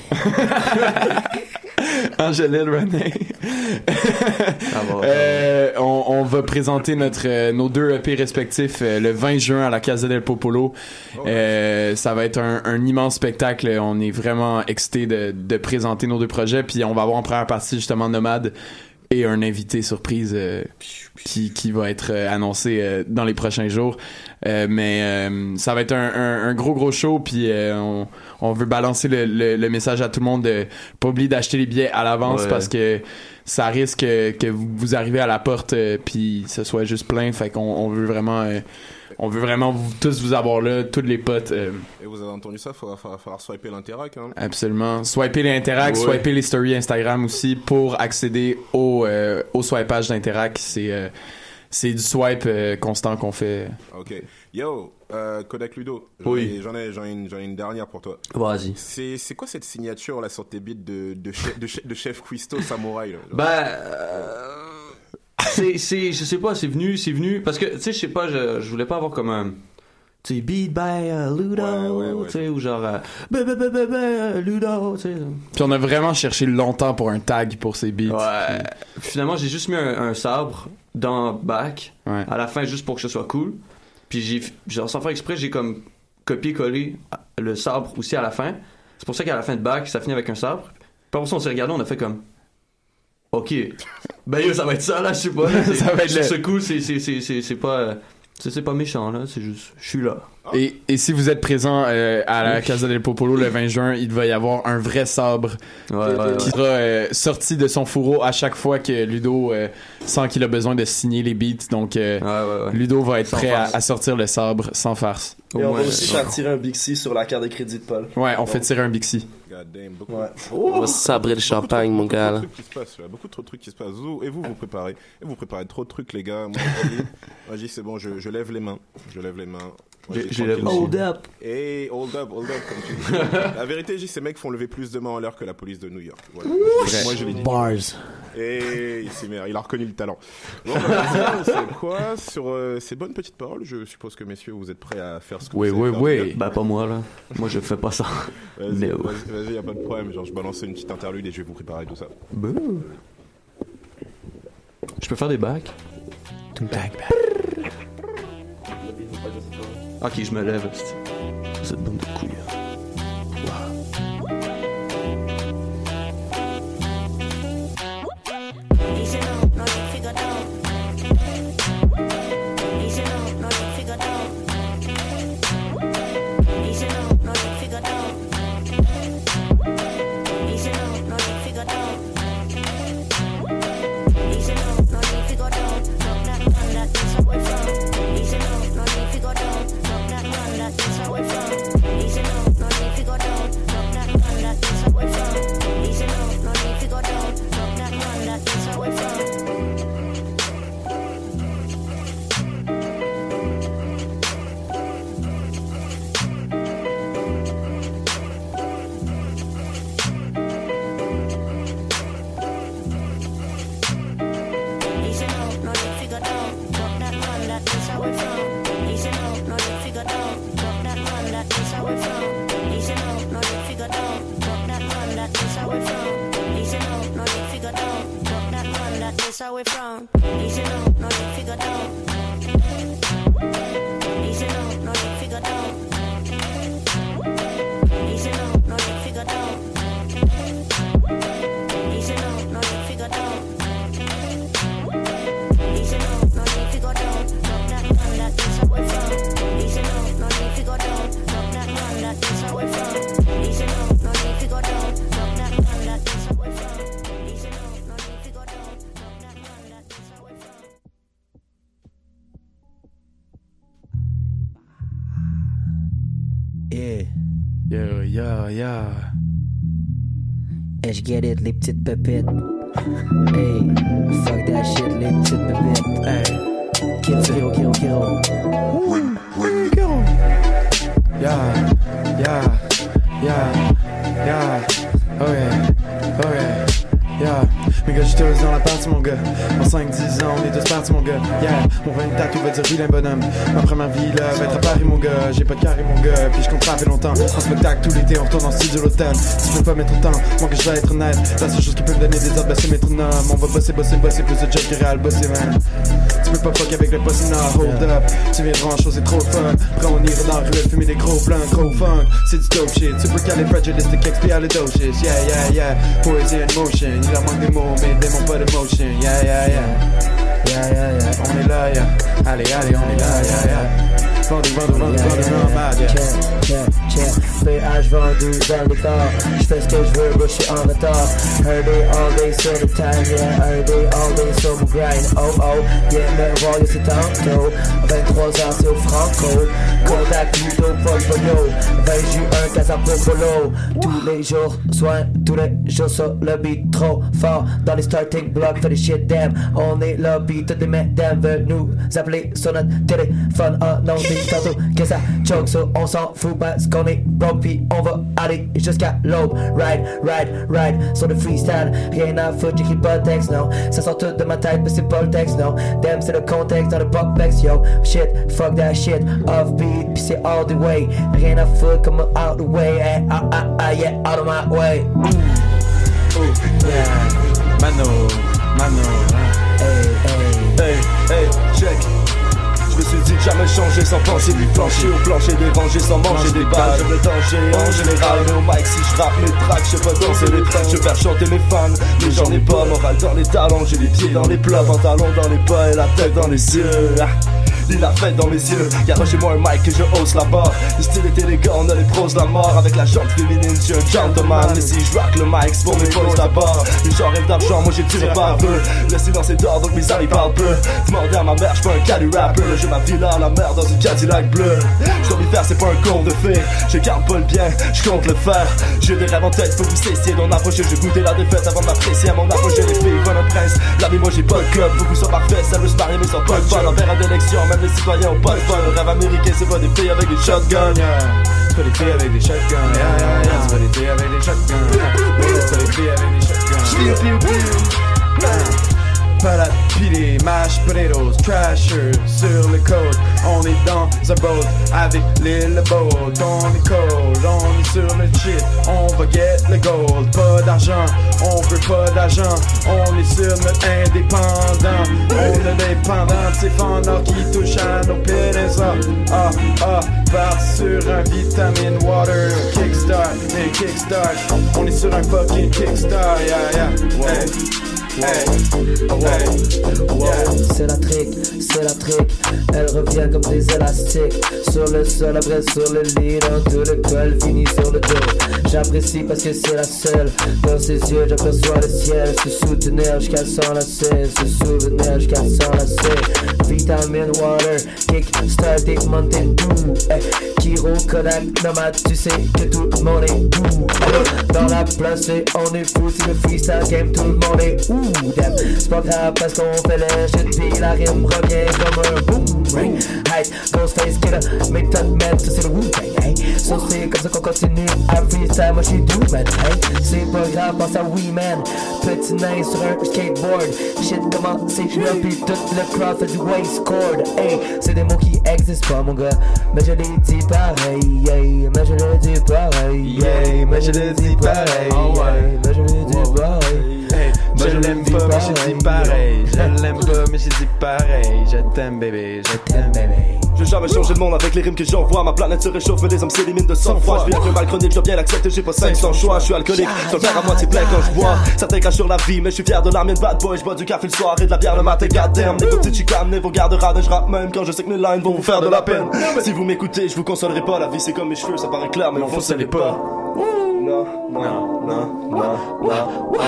Angélil René. euh, on, on va présenter notre, euh, nos deux E P respectifs euh, le vingt juin à la Casa del Popolo. Euh, ça va être un, un immense spectacle. On est vraiment excités de, de présenter nos deux projets. Puis on va avoir en première partie justement Nomade et un invité surprise euh, qui, qui va être euh, annoncé euh, dans les prochains jours. Euh, mais euh, ça va être un, un, un gros gros show, puis euh, on, on veut balancer le, le, le message à tout le monde de pas oublier d'acheter les billets à l'avance, ouais. Parce que ça risque que, que vous, vous arrivez à la porte euh, puis ce soit juste plein. Fait qu'on on veut vraiment euh, on veut vraiment vous, tous vous avoir là, tous les potes. Euh, Et vous avez entendu ça, il va falloir, falloir swiper l'Interac. Hein. Absolument. Swiper les Interac, ouais. Swiper les stories Instagram aussi pour accéder au, euh, au swipage d'Interac. C'est, euh, c'est du swipe euh, constant qu'on fait. Ok. Yo, euh, Kodak Ludo, j'en, oui. ai, j'en, ai, j'en, ai une, j'en ai une dernière pour toi. Vas-y. C'est, c'est quoi cette signature là sur tes beats de, de, chef, de, chef, de chef Cuisto Samouraï là, Ben... Euh... c'est, c'est, je sais pas, c'est venu, c'est venu, parce que, tu sais, je sais pas, je, je voulais pas avoir comme un, tu sais, beat by uh, Ludo, ouais, ouais, ouais. Tu sais, ou genre, uh, bah, bah, bah, bah, bah, Ludo, tu sais. Puis on a vraiment cherché longtemps pour un tag pour ces beats. Ouais. Puis finalement, j'ai juste mis un, un sabre dans back, ouais. À la fin, juste pour que ce soit cool. Puis j'ai, genre, sans faire exprès, j'ai comme copié-collé le sabre aussi à la fin. C'est pour ça qu'à la fin de back, ça finit avec un sabre. Puis après ça, on s'est regardé, on a fait comme, ok, ben yo, ça va être ça là, je sais pas. Là, ça va être le... ce coup, c'est c'est c'est c'est c'est pas c'est, c'est pas méchant là, c'est juste je suis là. Et et si vous êtes présent euh, à la Casa del Popolo le vingt juin, il va y avoir un vrai sabre ouais, ouais, qui ouais. sera euh, sorti de son fourreau à chaque fois que Ludo euh, sent qu'il a besoin de signer les beats. Donc euh, ouais, ouais, ouais. Ludo va être sans prêt à, farce. à sortir le sabre sans farce. Et on va aussi faire tirer un Bixi sur la carte de crédit de Paul. Ouais, on fait tirer un Bixi. Ouais. Oh, on va sabrer le champagne, mon gars. Là. Qui se passe, là. Beaucoup trop de trucs qui se passent. Et vous, vous préparez. Et vous préparez trop de trucs, les gars. Moi, je dis, c'est bon, je, je lève les mains. Je lève les mains. Moi, je, je lève hold up. Et hold up, hold up, comme tu dis. La vérité, je dis, ces mecs font lever plus de mains en l'air que la police de New York. Voilà. Ouh, moi, je l'ai dit. Bars. Et il, s'est, il a reconnu le talent. Bon, bah, c'est quoi sur euh, ces bonnes petites paroles? Je suppose que, messieurs, vous êtes prêts à faire ce que oui, vous oui, savez oui, faire. oui. Bah, pas moi, là. Moi, je fais pas ça. Vas-y, Mais, vas-y, vas-y, y a pas de problème. Genre, je balance une petite interlude et je vais vous préparer tout ça. Bah. Je peux faire des bacs? Tout back, back. Ok, je me lève. Cette bande de couilles. Yo, yo, yo. Et je get it, les petites pépites. Hey, fuck that shit, les petites pépites. Hey, kiro, kiro, kiro, kiro. Yeah, yeah. yeah, yeah, oh yeah, oh yeah. Yeah, mes gars, j'étais dans la partie, mon gars. En cinq dix ans, on est tous partis, mon gars. Yeah, mon premier tatou va dire vilain bonhomme. Ma première vie, là, va être à Paris, mon gars. J'ai pas de carré, mon gars. Puis je compte pas fait longtemps. En spectacle tout l'été, on retourne en studio l'automne. Si je peux pas mettre autant, moi que je vais être honnête. La seule chose qui peut me donner des ordres, bah, c'est métronome. On va bosser, bosser, bosser, plus de job que réel, bosser, man. Tu peux pas fuck avec le bossina, hold up. Tu viendras en chose, c'est trop fun. Quand on ira dans la ruelle, fumer des gros blancs, gros funk. C'est du dope shit, super califragilistic, expialidocious. Yeah, yeah, yeah. Poésie and motion. Il leur manque des mots, mais des mots pas d'émotion. Yeah, yeah, yeah. Yeah, yeah, yeah. On est là, yeah. Allez, allez, on est là, yeah, yeah. Vendu, vendu, vendu, vendu, nomade, yeah. Check, check, check. P H vendu dans les corps. J'fais ce que j'veux, bro, j'suis en retard. Heard it all day sur le time, yeah. Heard it all day sur mon grind. Oh, oh, yeah, mais voir, c'est tantôt. vingt-trois heures, c'est au Franco. Contact, Ludo, Polpolo. vingt juin, Casa Popolo. Tous les jours, soin, tous les jours sur le beat. Trop fort dans les starting blocks. Fait des shit, damn. On est lobby, toutes les mesdames veulent nous appeler sur notre téléphone. Oh non, c'est tantôt que ça choke. So on s'en fout parce qu'on est broke. Puis on va aller jusqu'à l'aube. Ride, ride, ride sur le freestyle. Rien à foutre, j'écris pas de texte, non. Ça sort tout de ma tête, mais c'est pas le texte, non. Damn, c'est le contexte dans le box, yo. Shit, fuck that shit. Off beat, puis c'est all the way. Rien à foutre, comme out the way. Hey, ah, ah, ah, yeah, out of my way. Ooh. Ooh, yeah. Mano, mano. Hey, hey, hey, hey, check. Je me suis dit que jamais changer sans penser, puis plancher au plancher des rangées sans manger des balles. J'aime le danger en général, mais au mic si je rappe mes tracks, je sais pas danser les tracks, je vais faire chanter mes fans. Mais j'en ai pas, moral dans les talons, j'ai les pieds dans les plats, pantalons dans les pas et la tête dans les yeux. Lis la fête dans mes yeux, y'a chez moi un mic que je hausse la barre. Le style est élégant, on a les pros de la mort. Avec la jante féminine, je suis un gentleman. Mais si je rock le mic, c'est pour mes pros là-bas. Les gens rêvent d'argent, moi j'ai tiré par peu. Le silence est d'or, donc mes amis parlent peu. Demandez à ma mère, j'suis pas un cali rapper. J'ai ma villa à la mer dans une Cadillac bleue. J'dois m'y faire, c'est pas un conte de fées. Je garde pas le bien, j'compte le faire. J'ai des rêves en tête, faut vous cessiez d'en approcher. Je goûter la défaite avant de m'apprécier à mon approcher. Les filles veulent un prince, l'ami moi j'ai pas de club. Faut que vous soyez parfait, ça veut se marier mais sans pas de fun. En période d'élection, même les citoyens ont pas de fun. Le rêve américain c'est pas des filles avec des shotguns, yeah. C'est pas des filles avec des shotguns, yeah, yeah, yeah. C'est pas des filles avec des shotguns, yeah. C'est pas des filles avec des shotguns. Palette pilée, mashed potatoes, trashers sur le code. On est dans un boat avec l'île boat. On est cold, on est sur le shit. On va get le gold. Pas d'argent, on veut pas d'argent. On est sur notre indépendant. On est dépendant de ces fanards qui touchent à nos pénis. Ah, ah, part sur un vitamine water. Kickstart, hey, kickstart. On est sur un fucking kickstart, yeah, yeah. Hey. Hey, hey, yeah. C'est la trick, c'est la trick. Elle revient comme des élastiques. Sur le sol, après sur le lit. Dans tout le col, fini sur le dos. J'apprécie parce que c'est la seule. Dans ses yeux, j'aperçois le ciel. Se soutenir jusqu'à s'enlacer. Se souvenir jusqu'à s'enlacer. Vitamine water, kick, start, take Mountain Dew. Hey, Kiro, Kodak, nomade, tu sais que tout le monde est doux. Dans la place, et on est fou. C'est le freestyle game, tout le monde est ouh. C'est pas grave parce qu'on fait le shit pis la rime revient comme un boomerang. Hey, Ghostface Killer, make that man, ça c'est le Wu-Tang. Hey, so c'est comme ça qu'on continue à freestyle, moi j'suis doux man. Hey, c'est pas grave, pense à oui man. Petit nain sur un skateboard. Shit comment c'est là pis tout le crowd fait du waistcord. Hey, c'est des mots qui existent pas mon gars, mais je les dis pareil. Hey, mais je les dis pareil. Hey, mais je les dis pareil. Hey, mais je les dis pareil. Je l'aime pas mais j'ai dit pareil. Je l'aime pas mais j'ai dit pareil. Je t'aime bébé, je t'aime bébé. Je vais jamais changer le monde avec les rimes que j'envoie. Ma planète se réchauffe mais les hommes s'éliminent de sang froid. Je vis avec le mal chronique, je dois bien l'accepter, j'ai pas cinq cents choix. Je suis alcoolique, je le verre à moitié plein quand je bois. Certains crachent sur la vie mais je suis fier de la mienne bad boy. Je bois du café le soir et de la bière le matin, goddamn. Les petites chicanes et vos gardes-rades et je rappe même quand je sais que mes lines vont vous faire de la peine. Si vous m'écoutez, je vous consolerai pas. La vie c'est comme mes cheveux, ça paraît clair mais au fond ça l'est pas. Non, non, non, non, non.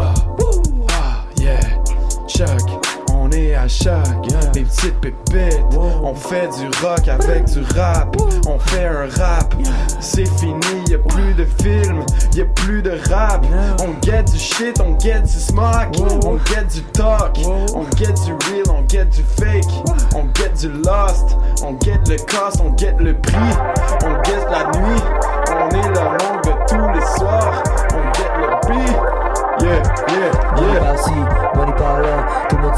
Yeah, choc, on est à choc, yeah. Les petites pépites, wow. On fait du rock avec du rap, wow. On fait un rap, yeah. C'est fini, y'a plus de film, y'a plus de rap, no. On get du shit, on get du smoke, wow. On get du talk, wow. On get du real, on get du fake, wow. On get du lost, on get le cost, on get le prix, on get la nuit, on est le monde.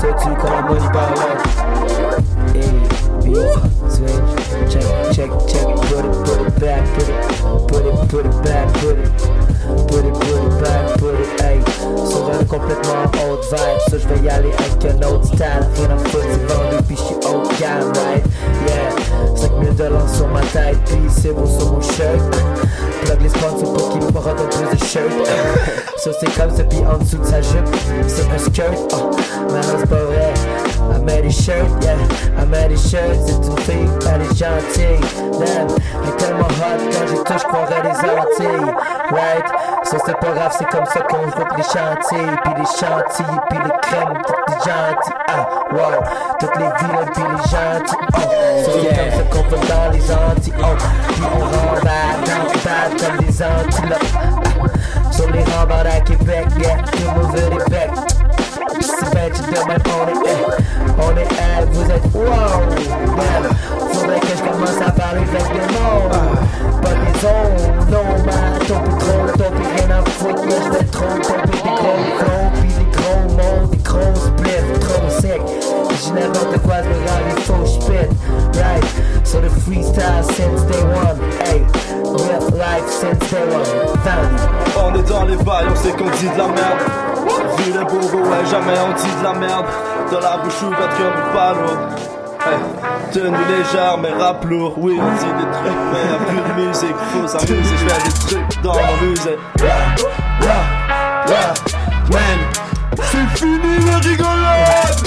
tu quand la money parle. Hey, beat, switch, check, check, check, put it, put it back, put it, put it, put it back, put it, put it, put it back, put it, hey. Sur un complètement autre vibe, ça je vais y aller avec un autre style. Rien à foutre, c'est vendu, puis j'suis haut de gamme, right? Yeah, cinq mille dollars sur ma tête, puis c'est beau sur mon shirt. Plug les sponsors pour qu'ils me redonnent plus de shirt. Ça c'est comme ça, puis en dessous de sa jupe, c'est un skirt. Oh, mais non, c'est pas vrai. I made a shirt, yeah, I made a shirt. C'est une fille, elle est gentille. Damn, elle est tellement hot, quand j'y touche, j'croirais les Antilles. Right? Ça c'est pas grave, c'est comme ça qu'on roule les chantiers. Puis les chantilly, puis les crèmes, toutes les gentilles. Ah, wow, toutes les villes, puis les gentils. Oh, ça c'est comme ça qu'on fait dans les Antilles. Oh, puis on rend bad, dans bad comme les Antilles. Ah, sur les rambardes à Québec, yeah, tout le monde veut des becs. C'est ben tu de même, on est eh, on est eh, vous êtes wow, yeah. Faudrait que je commence à parler avec des mots, pas des ondes, non man, ton plus trop, ton plus rien à foutre, mais je vais trop, ton plus des gros flows, pis des gros mondes, des gros spliffs, trop sec, j'ai n'importe quoi, je me rends les faux spit, right, so the freestyle since day one, hey, real life since day one, value. On est dans les bails, on sait qu'on dit de la merde. Vu les bobos, ouais, jamais on dit de la merde. Dans la bouche ouverte comme une palo. Hey, tenue légère, mais rap lourd. Oui, on dit des trucs, mais y'a plus de musique. Faut s'amuser, j'fais des trucs dans mon musée. Yeah, yeah, yeah, man. C'est fini la rigolade.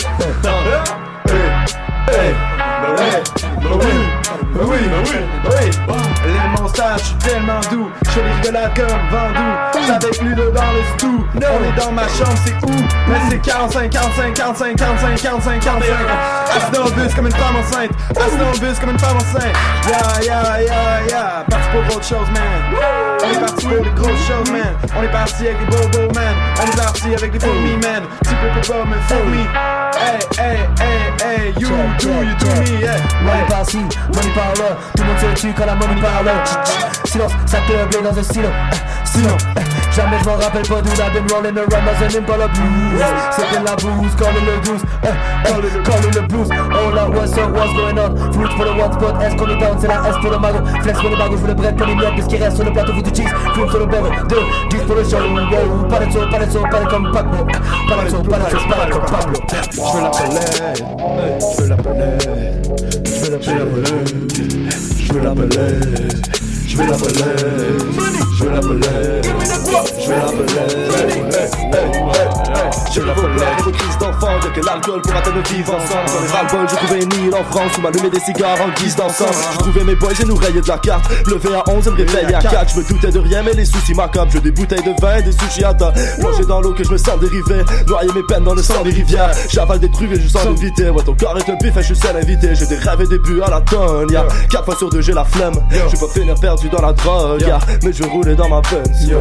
Hey, hey, bah oui, bah oui, bah oui, bah oui, bah oui. Les monstres, j'suis tellement doux. J'fais les rigolades comme Vandou. J'avais plus d'eau dans le stew. On est dans ma chambre, c'est où? Mais c'est quarante-cinq, quarante-cinq, quarante-cinq, quarante-cinq, quarante-cinq, quarante-cinq. Assis dans le bus comme une femme enceinte. Assis dans le bus comme une femme enceinte. Yeah, yeah, yeah, yeah. Parti pour autre chose, man. On est parti pour les grosses choses, man. On est parti avec des bobos, man. On est parti avec des fourmis, man. Tu peux pas me fourmis. Hey, hey, hey, hey. You do, you do me, yeah. Money par-ci, money par-là. Tout le monde se tue quand la money parle. Silence, ça te blé dans un silo. Sinon, jamais je m'en rappelle pas d'où I've been rolling around dans un Impala blues. C'était la bouse, call it le goose, eh, eh, call it le blues. Oh là, what's up, what's going on? Fruit for the one spot, S qu'on est down, c'est la S pour le mago. Flex pour le mago, je veux le bread pour les miettes, puisqu'il reste sur le plateau, vous du cheese. Cream sur le beurre, deux, dix pour le show, wow. Pas de saut, pas de saut, pas de comme Pablo. Pas de saut, pas de saut, pas de comme Pablo. Je veux l'appeler, je veux l'appeler, je veux l'appeler, je veux l'appeler. Je vais l'appeler, je vais l'appeler, je vais l'appeler, je vais l'appeler. Des crises d'enfants, de que l'alcool pour atteindre vivre ensemble. Dans les ras-le-bol, j'ai trouvé une île en France où m'allumer des cigares en guise d'ensemble. J'ai trouvé mes boys et nous rayer de la carte. Levé à onze et me réveiller à quatre. Je me doutais de rien, mais les soucis m'accablent. Je veux des bouteilles de vin, des sushis à table. Plongé dans l'eau que je me sens dérivé. Noyer mes peines dans le sang des rivières. J'avale des trucs et je sens l'éviter. Ouais, ton corps est un bif et je suis seul invité. J'ai des rêves et des buts à la tonne. Y'a quatre fois sur deux, j'ai la flemme. Je vais pas finir perdu dans la drogue, yeah. Mais je vais rouler dans ma Benz, yeah.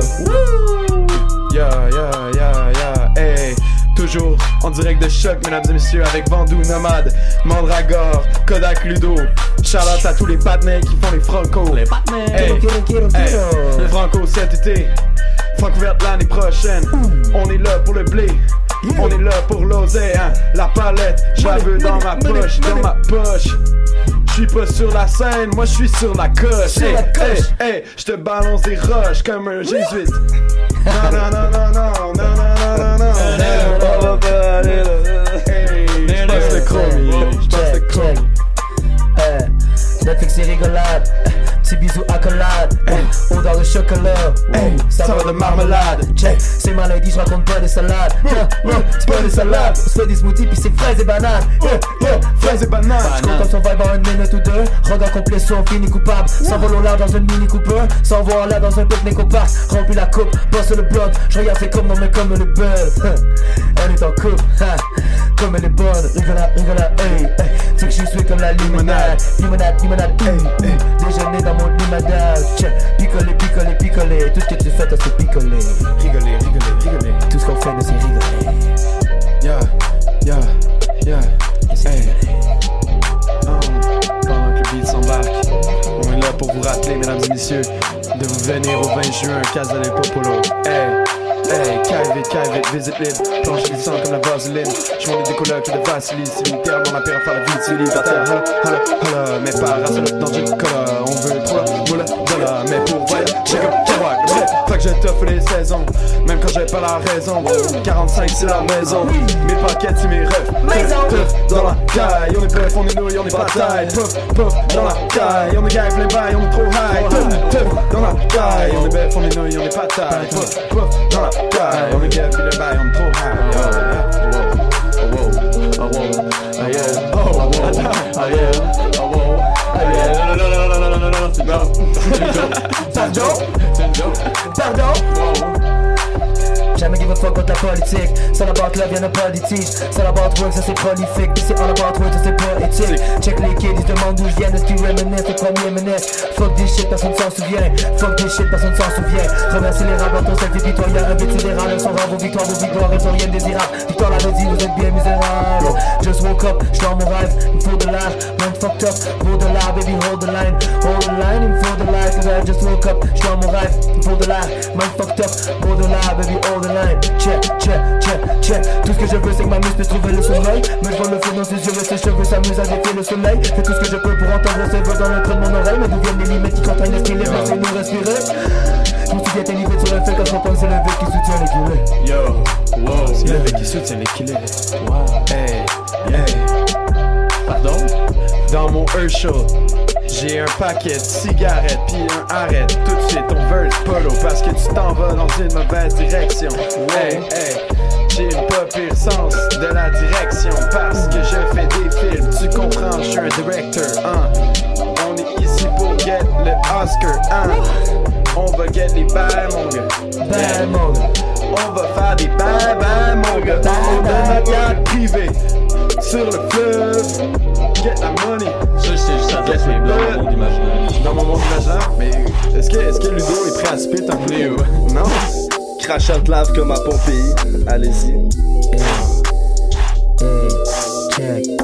Yeah, yeah, yeah, yeah, hey. Toujours en direct de choc, mesdames et messieurs, avec Vandou, Nomade, Mandragore, Kodak, Ludo. Shout-out à tous les partenaires qui font les Franco. Les partenaires, hey, hey. Le Franco cet été, Franco verte l'année prochaine. On est là pour le blé, on est là pour l'oseille, hein. La palette, je la veux dans ma poche, dans ma poche. J'suis pas sur la scène, moi j'suis sur la coche. Hey, hey, hey, j'te balance des roches comme un jésuite. Non, non, non, non, non, non, non, non, non, non. Hey, j'passe le chromie, j'passe le chromie. Netflix et rigolade, petit bisou accolade, on dans le chocolat, ça va de marmelade. C'est maladie, je raconte pas des salades, c'est pas des salades, on se fait des smoothies pis c'est fraises et bananes, fraises et bananes. J'compte son vibe en une minute ou deux, regard complet sur fini coupable, s'envole au large dans une mini Cooper, s'envoie en l'air dans un pique-nique au parc, remplis la coupe, bosse le bloc, je regarde c'est comme non mais comme elle est belle, elle est en coupe, comme elle est bonne, rigolade, rigolade, hey, hey, tu sais que je suis comme la limonade, limonade, limonade. Hey, hey. Déjeuner dans mon limonade. Picoler, picoler, picoler. Tout ce que tu fais, t'as c'est picoler. Rigoler, rigoler, rigoler. Tout ce qu'on fait, c'est rigoler. Yeah, yeah, yeah. Hey. Um, pendant que le beat s'embarque, on est là pour vous rappeler, mesdames et messieurs, de vous venir au vingt juin, Casa del Popolo. Hey. Hey, caille vite, caille vite, visite libre. Planche glissant comme la vaseline. J'm'en ai des colocs de Vaseline. C'est militaire dans la pire à faire la vie de célibataire. Hala, hala, hala. Mais pas race dans du cola. On veut trop la moula, dollar. Mais pour voyager comme Kerouac. Fait que je t'offre les saisons. Même quand j'ai pas la raison. quarante-cinq c'est la maison. Mes paquettes c'est mes refs. Puff, dans la caille. On est bluff, on est nouilles, on est bataille. Puff, puff, dans la caille. On est gave les bails, on est trop high. Puff, puff, dans la caille. On est bluff, on est nouilles, on est bataille. Puff, puff, dans la caille. On est gave les bails, on est trop high. Oh, oh, oh, oh, oh, yeah. Oh, oh, oh, yeah. Oh, oh, yeah. Non, non, non, non, non, non, non, non, c'est bon. Pardon? Pardon? Jamais give a fuck contre la politique. C'est la barre là, y'en a pas d'éthique. C'est la barre work, ça c'est prolifique. Pis c'est all about work, ça c'est pas éthique. Check les kids, ils se demandent d'où je viens. Est-ce qu'ils reminiscent, les premiers menaces. Fuck des shit, personne s'en souvient. Fuck des shit, personne s'en souvient. Remercie les rats dans ton secte pitoyable. Investi des rats, elles sont rares. Vos victoires, vos victoires, elles sont rien désirables. Victoire l'avait dit, vous êtes bien misérables. Just woke up, j'suis dans mon rêve. Il me faut de l'air, man fucked up. Pour de l'air, baby, hold the line. Hold the line, il me faut de l'air. Cause I just woke up, j'suis dans mon rêve. Il me faut de l'air, man fucked up. Pour de l'air, baby, hold the line. Check, check, check, check. Tout ce que je veux c'est que ma muse puisse trouver le sommeil. Mais je vois le feu dans ses yeux et ses cheveux s'amusent à défier le soleil. Fais tout ce que je peux pour entendre ses voix dans le creux de mon oreille. Mais d'où viennent les limites qui contraignent l'esprit libre? Laissez-nous respirer. Je me souviens t'es limite sur le fait quand je comprends que c'est le vide qui soutient l'équilibre. Yo, wow, c'est le vide qui soutient l'équilibre. Wow, hey, hey. Pardon? Dans mon Herschel, j'ai un paquet de cigarettes pis un arrête tout de suite ton verse polo parce que tu t'en vas dans une mauvaise direction. Hey, hey, j'ai une pas pire sens de la direction parce que je fais des films, tu comprends, je suis un directeur, hein. On est ici pour get le Oscar, hein. On va get les bails, mon gars. Bails, mon gars. On va faire des bails, bails, mon gars. Dans notre yacht privé, sur le fleuve. Get la money. Ça, c'est juste ça, c'est dans mon monde imaginaire. Dans mon monde imaginaire, mais est-ce que, est-ce que Ludo est prêt à spit un peu? Non? Crachat de lave comme à Pompéi. Allez-y. Hey, hey, check.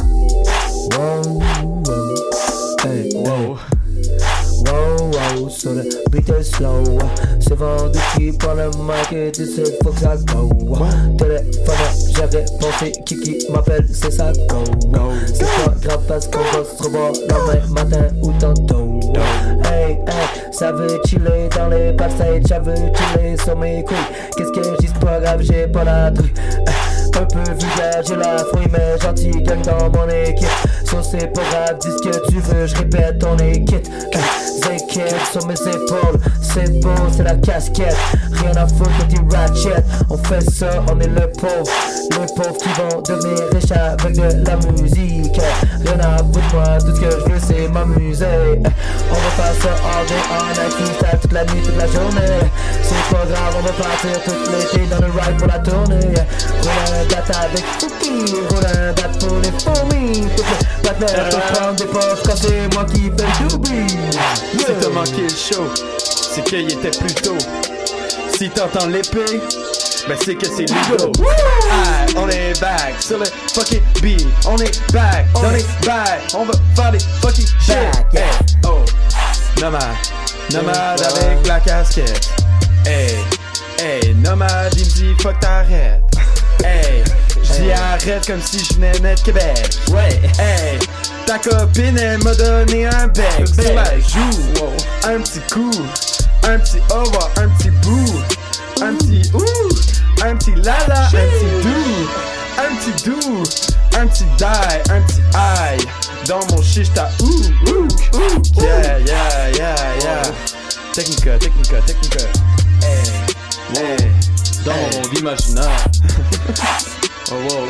Wow, wow. Hey, wow. Wow, wow, sur le beat est slow. C'est vendu qui prend le mic et tu sais faut que ça go. Téléphone, j'avais pensé qui qui m'appelle, c'est ça go. C'est pas grave parce qu'on va se revoir demain matin ou tantôt. Hey, hey, ça veut chiller dans les backstage, ça veut chiller sur mes couilles. Qu'est-ce que je dis, c'est pas grave, j'ai pas la truc. Un peu vulgaire, j'ai la fouille, mais gentil gang dans mon équipe. So c'est pas grave, dis ce que tu veux, je répète ton équipe. Zékette sur mes épaules, c'est beau, c'est la casquette. Rien à foutre, petit ratchet. On fait ça, on est le pauvre. Les pauvres qui vont devenir riches avec de la musique. Rien à foutre, moi, tout ce que je veux c'est m'amuser. On va faire ça all day, all night, freestyle toute la nuit, toute la journée. C'est pas grave, on va partir tout l'été dans le ride pour la tournée. Roule un date avec Fouki, roule un date pour les fourmis. Toutes les partenaires peuvent prendre des poches quand c'est moi qui fais le doobie. Si t'as manqué le show, c'est qu'il était plus tôt. Si t'entends l'épée, ben c'est que c'est Ludo. Aïe, on est back sur le fucking beat. On est back dans les bails. On va faire des fucking shit. Hey, oh, nomade, nomade avec la casquette. Hey, hey, nomade, il me dit fuck t'arrêtes. Hey, j'dis arrête comme si je venais de Québec. Ouais, hey, ta copine elle m'a donné un bec. Sur la joue, un petit coup, un petit au revoir, un petit bout, un petit ouh, un petit lala, un petit doux, un petit doux, un petit die, un petit aïe. Dans mon chiche t'as ouh, ouh, ouh. Yeah, yeah, yeah, yeah. Technica, technica, technica. Hey, hey. Dans mon monde imaginaire. Oh wow.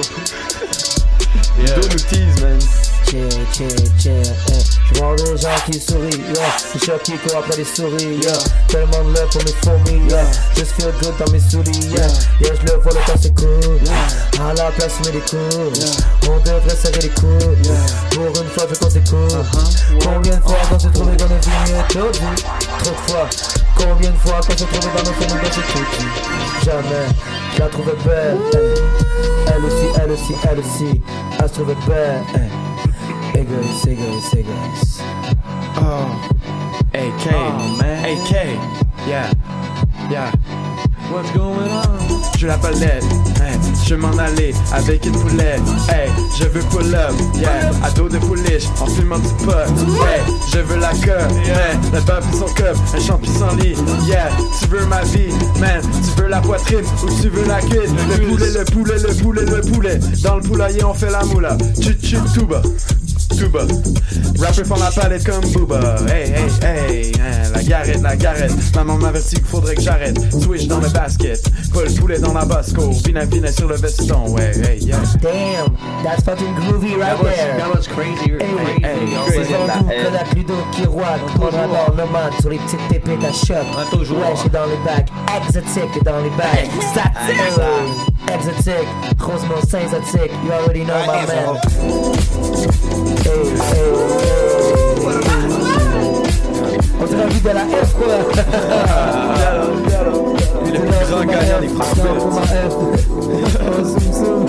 Yeah. Don't nous tease, man. Cheer, cheer, cheer, eh. Je vois des gens qui sourient, yeah. Les chats qui courent après les souris, yeah. Tellement de love pour mes fourmis, yeah. Just feel good dans mes souris, yeah. Yeah, je le vois, le temps c'est cool, yeah. À la place, je mets des coups, yeah. On devrait serrer les coups, yeah. Pour une fois, je veux qu'on s'écoute. uh-huh. Combien de fois qu'on s'est trouvé dans nos vies étourdies? Trop de fois. Combien de fois qu'on s'est trouvé dans nos familles dans ces trucs? Jamais, je la trouvais belle, eh. Elle aussi, elle aussi, elle aussi, elle se trouvait belle, eh. Egoist, egoist, egoist. Oh, hey K, oh, man. Hey K, yeah, yeah. What's going je la balette. Hey, je veux m'en aller avec une poulette. Hey, je veux pull up, yeah, à dos de pouliche, en fumant du pot. Hey, je veux la cup, hey, la barbe pis son cup, un champi sans lit. Yeah, tu veux ma vie, man, tu veux la poitrine ou tu veux la cuite. Le poulet, le poulet, le poulet, le poulet. Dans le poulailler on fait la moula. Chut chut tuba. Tuba. Rapper font la palette comme Booba. Hey, hey, hey, hein, la garette, la garette. Maman m'avertit qu'il faudrait que j'arrête. Switch dans le basket. Pas le poulet dans la basco. Vina, vina sur le veston. Ouais, hey, yeah. Damn, that's fucking groovy right that was, there. That was crazy. Hey, Hey, c'est Vandou, Kodak, Ludo, Kiroir. On prendra dans le man sur les petites pépites à choc. Ouais, j'suis dans les bacs. Exotique dans les bacs. Statique. Exotique. Rosemont Saint-Zotique. You already know my man. Hey, hey, hey. On dirait la vie de la F quoi. Il est le plus grand gagnant des France. Oh, zoom zoom.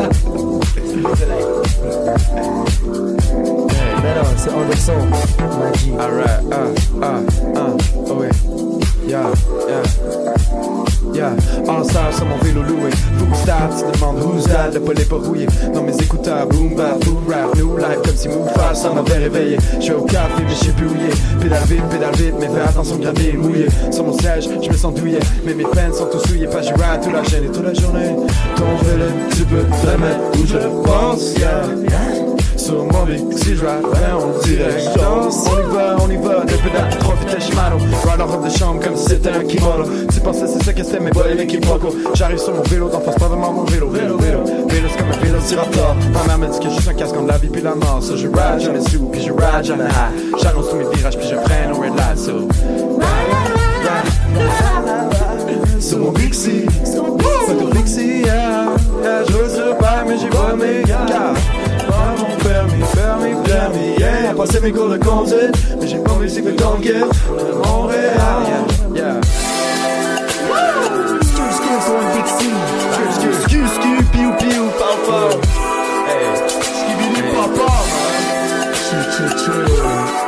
Mais non, c'est Anderson, magie. Alright, ah, ah, ah, oh ouais. Yeah, yeah. Yeah, en star sur mon vélo loué. Faut que start, tu demandes who's that, le polé pas rouillé. Dans mes écouteurs, boom bap, boom rap, new life comme si Moufas ça m'avait réveillé. J'suis au café mais j'sais plus où y est. Pédale vite, pédale vite, mais fais attention gravier mouillé. Sur mon siège, j'me sens douillet, mais mes peines sont tous souillées. Pas j'y ride toute la chaîne et toute la journée. Ton vélo, tu peux te remettre où je pense, yeah. Sur mon bic, si je rap, on dirait que danse. On y va, on y va, deux pédales, trois vitesses Shimano. Ride en robe de chambre comme si c'était un kimono. Tu pensais c'est ça que c'était, mais boy, l'équipe Poco. J'arrive sur mon vélo, d'en face pas vraiment mon vélo. Vélo, vélo, vélo, c'est comme un vélo Sirator. Ma mère me dit que je suis un casque entre la vie puis la mort. So je ride jamais sous, puis je ride jamais high. J'annonce tous mes virages, puis je freine au red light. So sur mon Bixi, photo Bixi, yeah. Yeah, je roule sur paille, mais j'ai pas mes gars. Pas mon permis, permis, permis, yeah. Passé mes cours de conduite, mais j'ai pas mes cycles dans le guide de Montréal, yeah, yeah. Excuse, excuse, sur un Dixie. Excuse, excuse, excuse, piou, piou, pau, pau. Hey, skibidi, papa. Chill, chill, chill.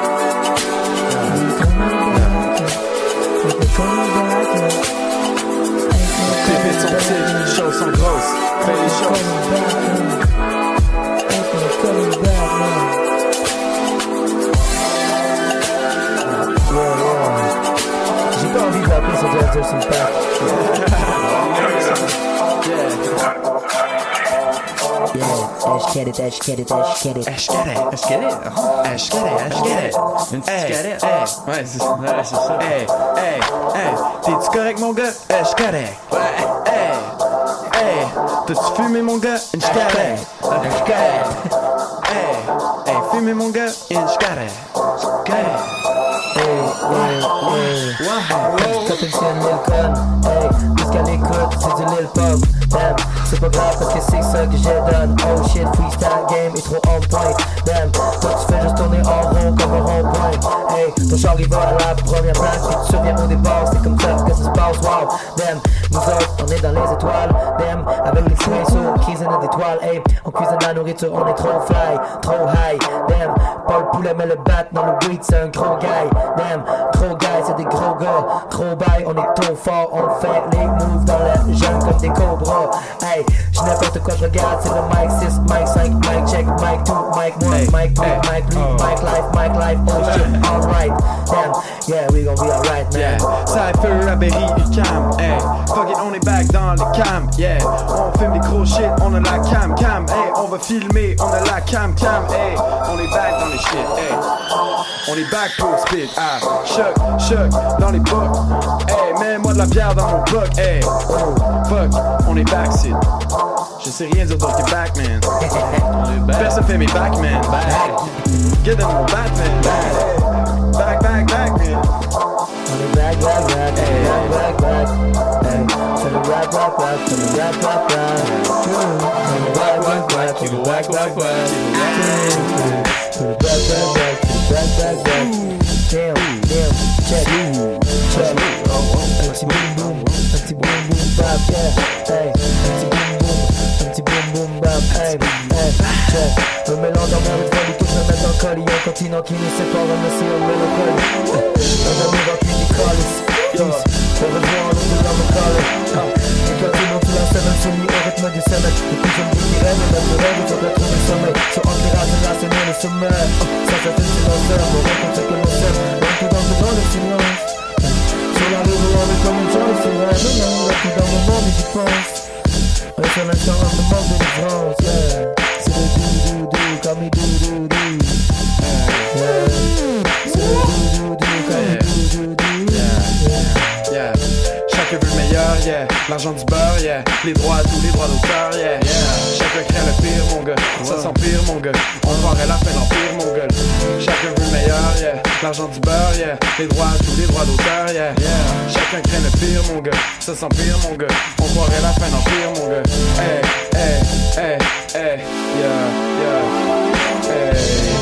Tes bits sont petites, les choses sont grosses. Fais les choses. J'ai pas envie de l'appeler sur directeur sur le pack. Yeah, get it, get it, get it, get it. Get it, get it, get it. Une petite carette. Ouais, c'est ça. Ouais, c'est ça. Hey, hey, hey. T'es-tu correct, mon gars? Esh, correct. Ouais, hey, hey. T'as-tu fumé, mon gars? Une carette. Une carette. Hey, hey, fumé, mon gars? Une carette. Carette. Hey, hey, hey. Wow. Quand tu tiens Lil Con, hey, jusqu'à l'écoute, c'est du Lil Pop. Damn, c'est pas grave parce que c'est ça que j'ai donne. Oh shit, freestyle game est trop on point. Damn, toi tu fais juste tourner en rond comme un rond-point. Hey, ton char il va à la première place. Puis tu te souviens au départ, c'est comme ça que ça se passe. Wow, damn, nous autres, on est dans les étoiles. Damn, avec les pinceaux, cuisine d'étoiles. Hey, on cuisine la nourriture, on est trop fly, trop high. Damn, pas le poulet mais le bat dans le beat, c'est un gros guy. Damn, gros guy, c'est des gros gars. Gros bail, on est trop fort, on fait les moves dans la jungle comme des cobras. Hey, j'suis n'importe quoi, je regarde, c'est le mic six, mic cinq, mic check, mic two, mic one, hey, mic two, hey, mic three, oh. mic life, mic life, oh shit, alright. Damn, yeah, we gon' be alright, man. Yeah, Cypher, Aberry, Cam, hey, fuck it, on est back dans les cam, yeah. On filme des gros shit, on a la cam, cam, hey, on va filmer, on a la cam, cam, hey. On est back dans les shit, hey. On est back pour spit, ah, choc, choc, dans les books, hey, mets-moi de la bière dans mon book, hey. Oh, fuck, on est back, sit. Je sais rien dire d'autre que back, man. Personne fait mes back, man. Back. Get them mon back, man. Back, back, back, back, man. On est back, back, back, hey, back, back, back. Hey, to the rap, rap, rap, to the rap, rap, rap. To the rap, rap, rap, to the rap, rap, rap. To the back, back, back, to the back, back, back. Damn, damn, check, check. Un petit boom boom, un petit boom boom bap, yeah. Hey, un petit boom boom, un petit boom boom bap, hey, hey, check. Un mélange d'amour et de folie que je me mets en colis. Un continent qui nous sépare, un océan mélancolique. Un amour dans qui j'y colle. On rejoint le bout dans mon collet. Et quand tout le monde de la semaine soumis au rythme des semaines. Depuis je me dis qu'il rêve, et même le rêve, il faudrait trouver le sommeil. Sur entre les racines, raciner le sommet. Ça, ça fait le silencieux, on rencontre ce que l'on sait. Même tout dans le dans le silence. Sur la rue, on est comme une chance, c'est vrai, mais non, là, tout dans mon monde, et j'y pense. Un seul instant, on me demande de délivrance, yeah. C'est le dou-dou-dou, comme il dou-dou-dou. Yeah. C'est le dou-dou-dou, comme il dou-dou-dou. Yeah, yeah. Chacun veut le meilleur, yeah. L'argent du beurre, yeah. Les droits, tous les droits d'auteur, yeah. yeah. Chacun crée le pire, mon gars. Ça s'empire, mon gars. On croirait la fin d'empire, mon gars. Chacun veut le meilleur, yeah. L'argent du beurre, yeah. Les droits, tous les droits d'auteur, yeah. yeah. Chacun crée le pire, mon gars. Ça s'empire, mon gars. On croirait la fin d'empire, mon gars. Hey, hey, hey, hey, yeah, yeah, hey.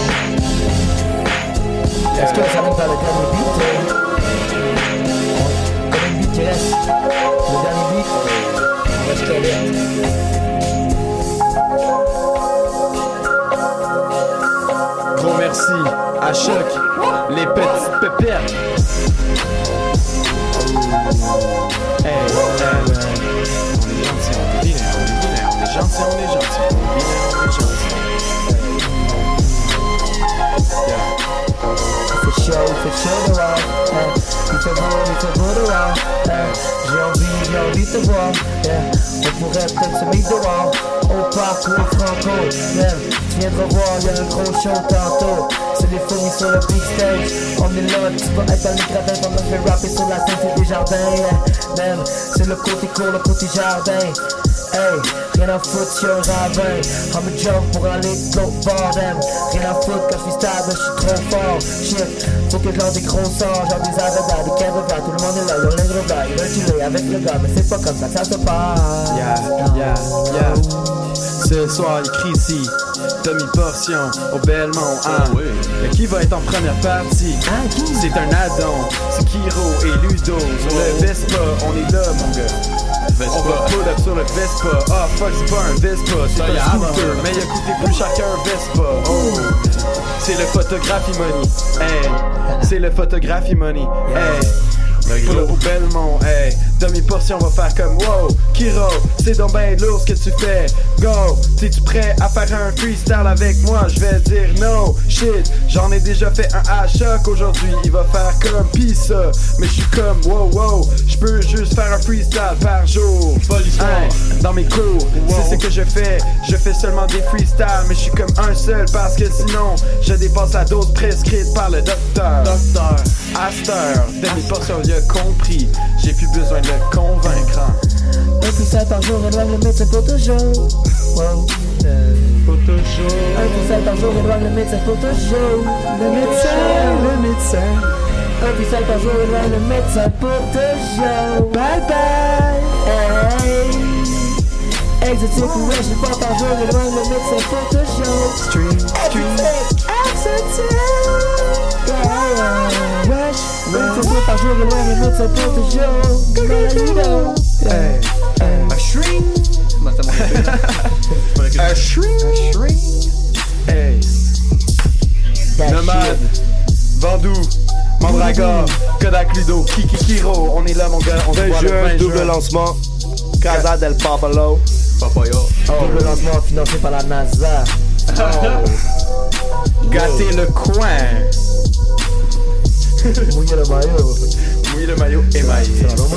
Yeah. Est-ce que ça rentre dans le dernier beat? Euh... Comme une beat qui reste. Le dernier beat, on va se caler. Gros merci à Choc, les petites pépettes. Hey, hey, on est gentil, on est vilain, on est vilain, on est gentil, on est gentil, on est vilain, on est gentil. Il fait chaud, il fait chaud dehors, hein. Il fait beau, il fait beau dehors, hein. J'ai envie, j'ai envie de te voir, yeah. On pourrait peut-être se mettre dehors, au parc ou au Franco, yeah. Tu viens de revoir, y'a un gros show tantôt. C'est les fourmis sur le big stage. On est là, tu vas être dans les gradins pendant que je vais rapper sur la scène, c'est des jardins, yeah. Même, c'est le côté court, le côté jardin. Hey, rien à foutre, y'a un ravin. On me jump pour aller de l'autre bord, damn. Rien à foutre quand je suis stable, je suis trop fort. Shit, faut que je leur des gros sorts, genre des avocats, des cadres, tout le monde est là, y'a l'ingre bas. Ils veulent tuer avec le gars, mais c'est pas comme ça que ça se passe. Yeah, yeah, yeah. Ce soir, il crie ici, demi-portion au Belmont, hein. Oh, oui. Mais qui va être en première partie? Ah, qui? C'est un addon, c'est Kiro et Ludo. Sur le Vespa, on est là, mon gars. Vespa. On va pull up sur le Vespa. Ah, oh, fuck, c'est pas un Vespa, c'est un scooter. Mais il a coûté plus cher qu'un Vespa. Oh, c'est le photographie money. Hey, c'est le photographie money. Hey. Pull up au Belmont, hey. Demi-portion, on va faire comme wow. Kiro, c'est donc ben lourd ce que tu fais. Go, t'es-tu prêt à faire un freestyle avec moi? Je vais dire no, shit. J'en ai déjà fait un à Choc aujourd'hui. Il va faire comme pis ça. Mais je suis comme wow, wow. Je peux juste faire un freestyle par jour. Hey, dans mes cours, wow. C'est ce que je fais. Je fais seulement des freestyles. Mais je suis comme un seul parce que sinon je dépasse la dose prescrite par le docteur. Docteur, à cette heure, demi-portion, il a compris. J'ai plus besoin de le convaincre. Un freestyle par jour, éloigne le médecin pour toujours. Wow. Euh, pour toujours. Un freestyle par jour, éloigne le médecin pour toujours. Le médecin, le médecin. Un freestyle par jour, éloigne le médecin pour toujours. Bye bye. Hey. Exotique ou wesh, le pas par jour, éloigne le médecin pour toujours. Stream, stream. Exotique. Yeah. Wesh, un freestyle par jour, éloigne le médecin pour toujours. Hey, hey. A shrink. A shrink. A shrink. Hey. Nomade, Vandou, Mandragore, Kodak Ludo, Kiki Kiro. On est là, mon gars. On se voit le vingt double juin. Lancement. Casa del Papalo. Papayo. Oh. Double lancement financé par la NASA. Oh. Gâter le coin. Mouiller le maillot. Mouiller le maillot émaillé.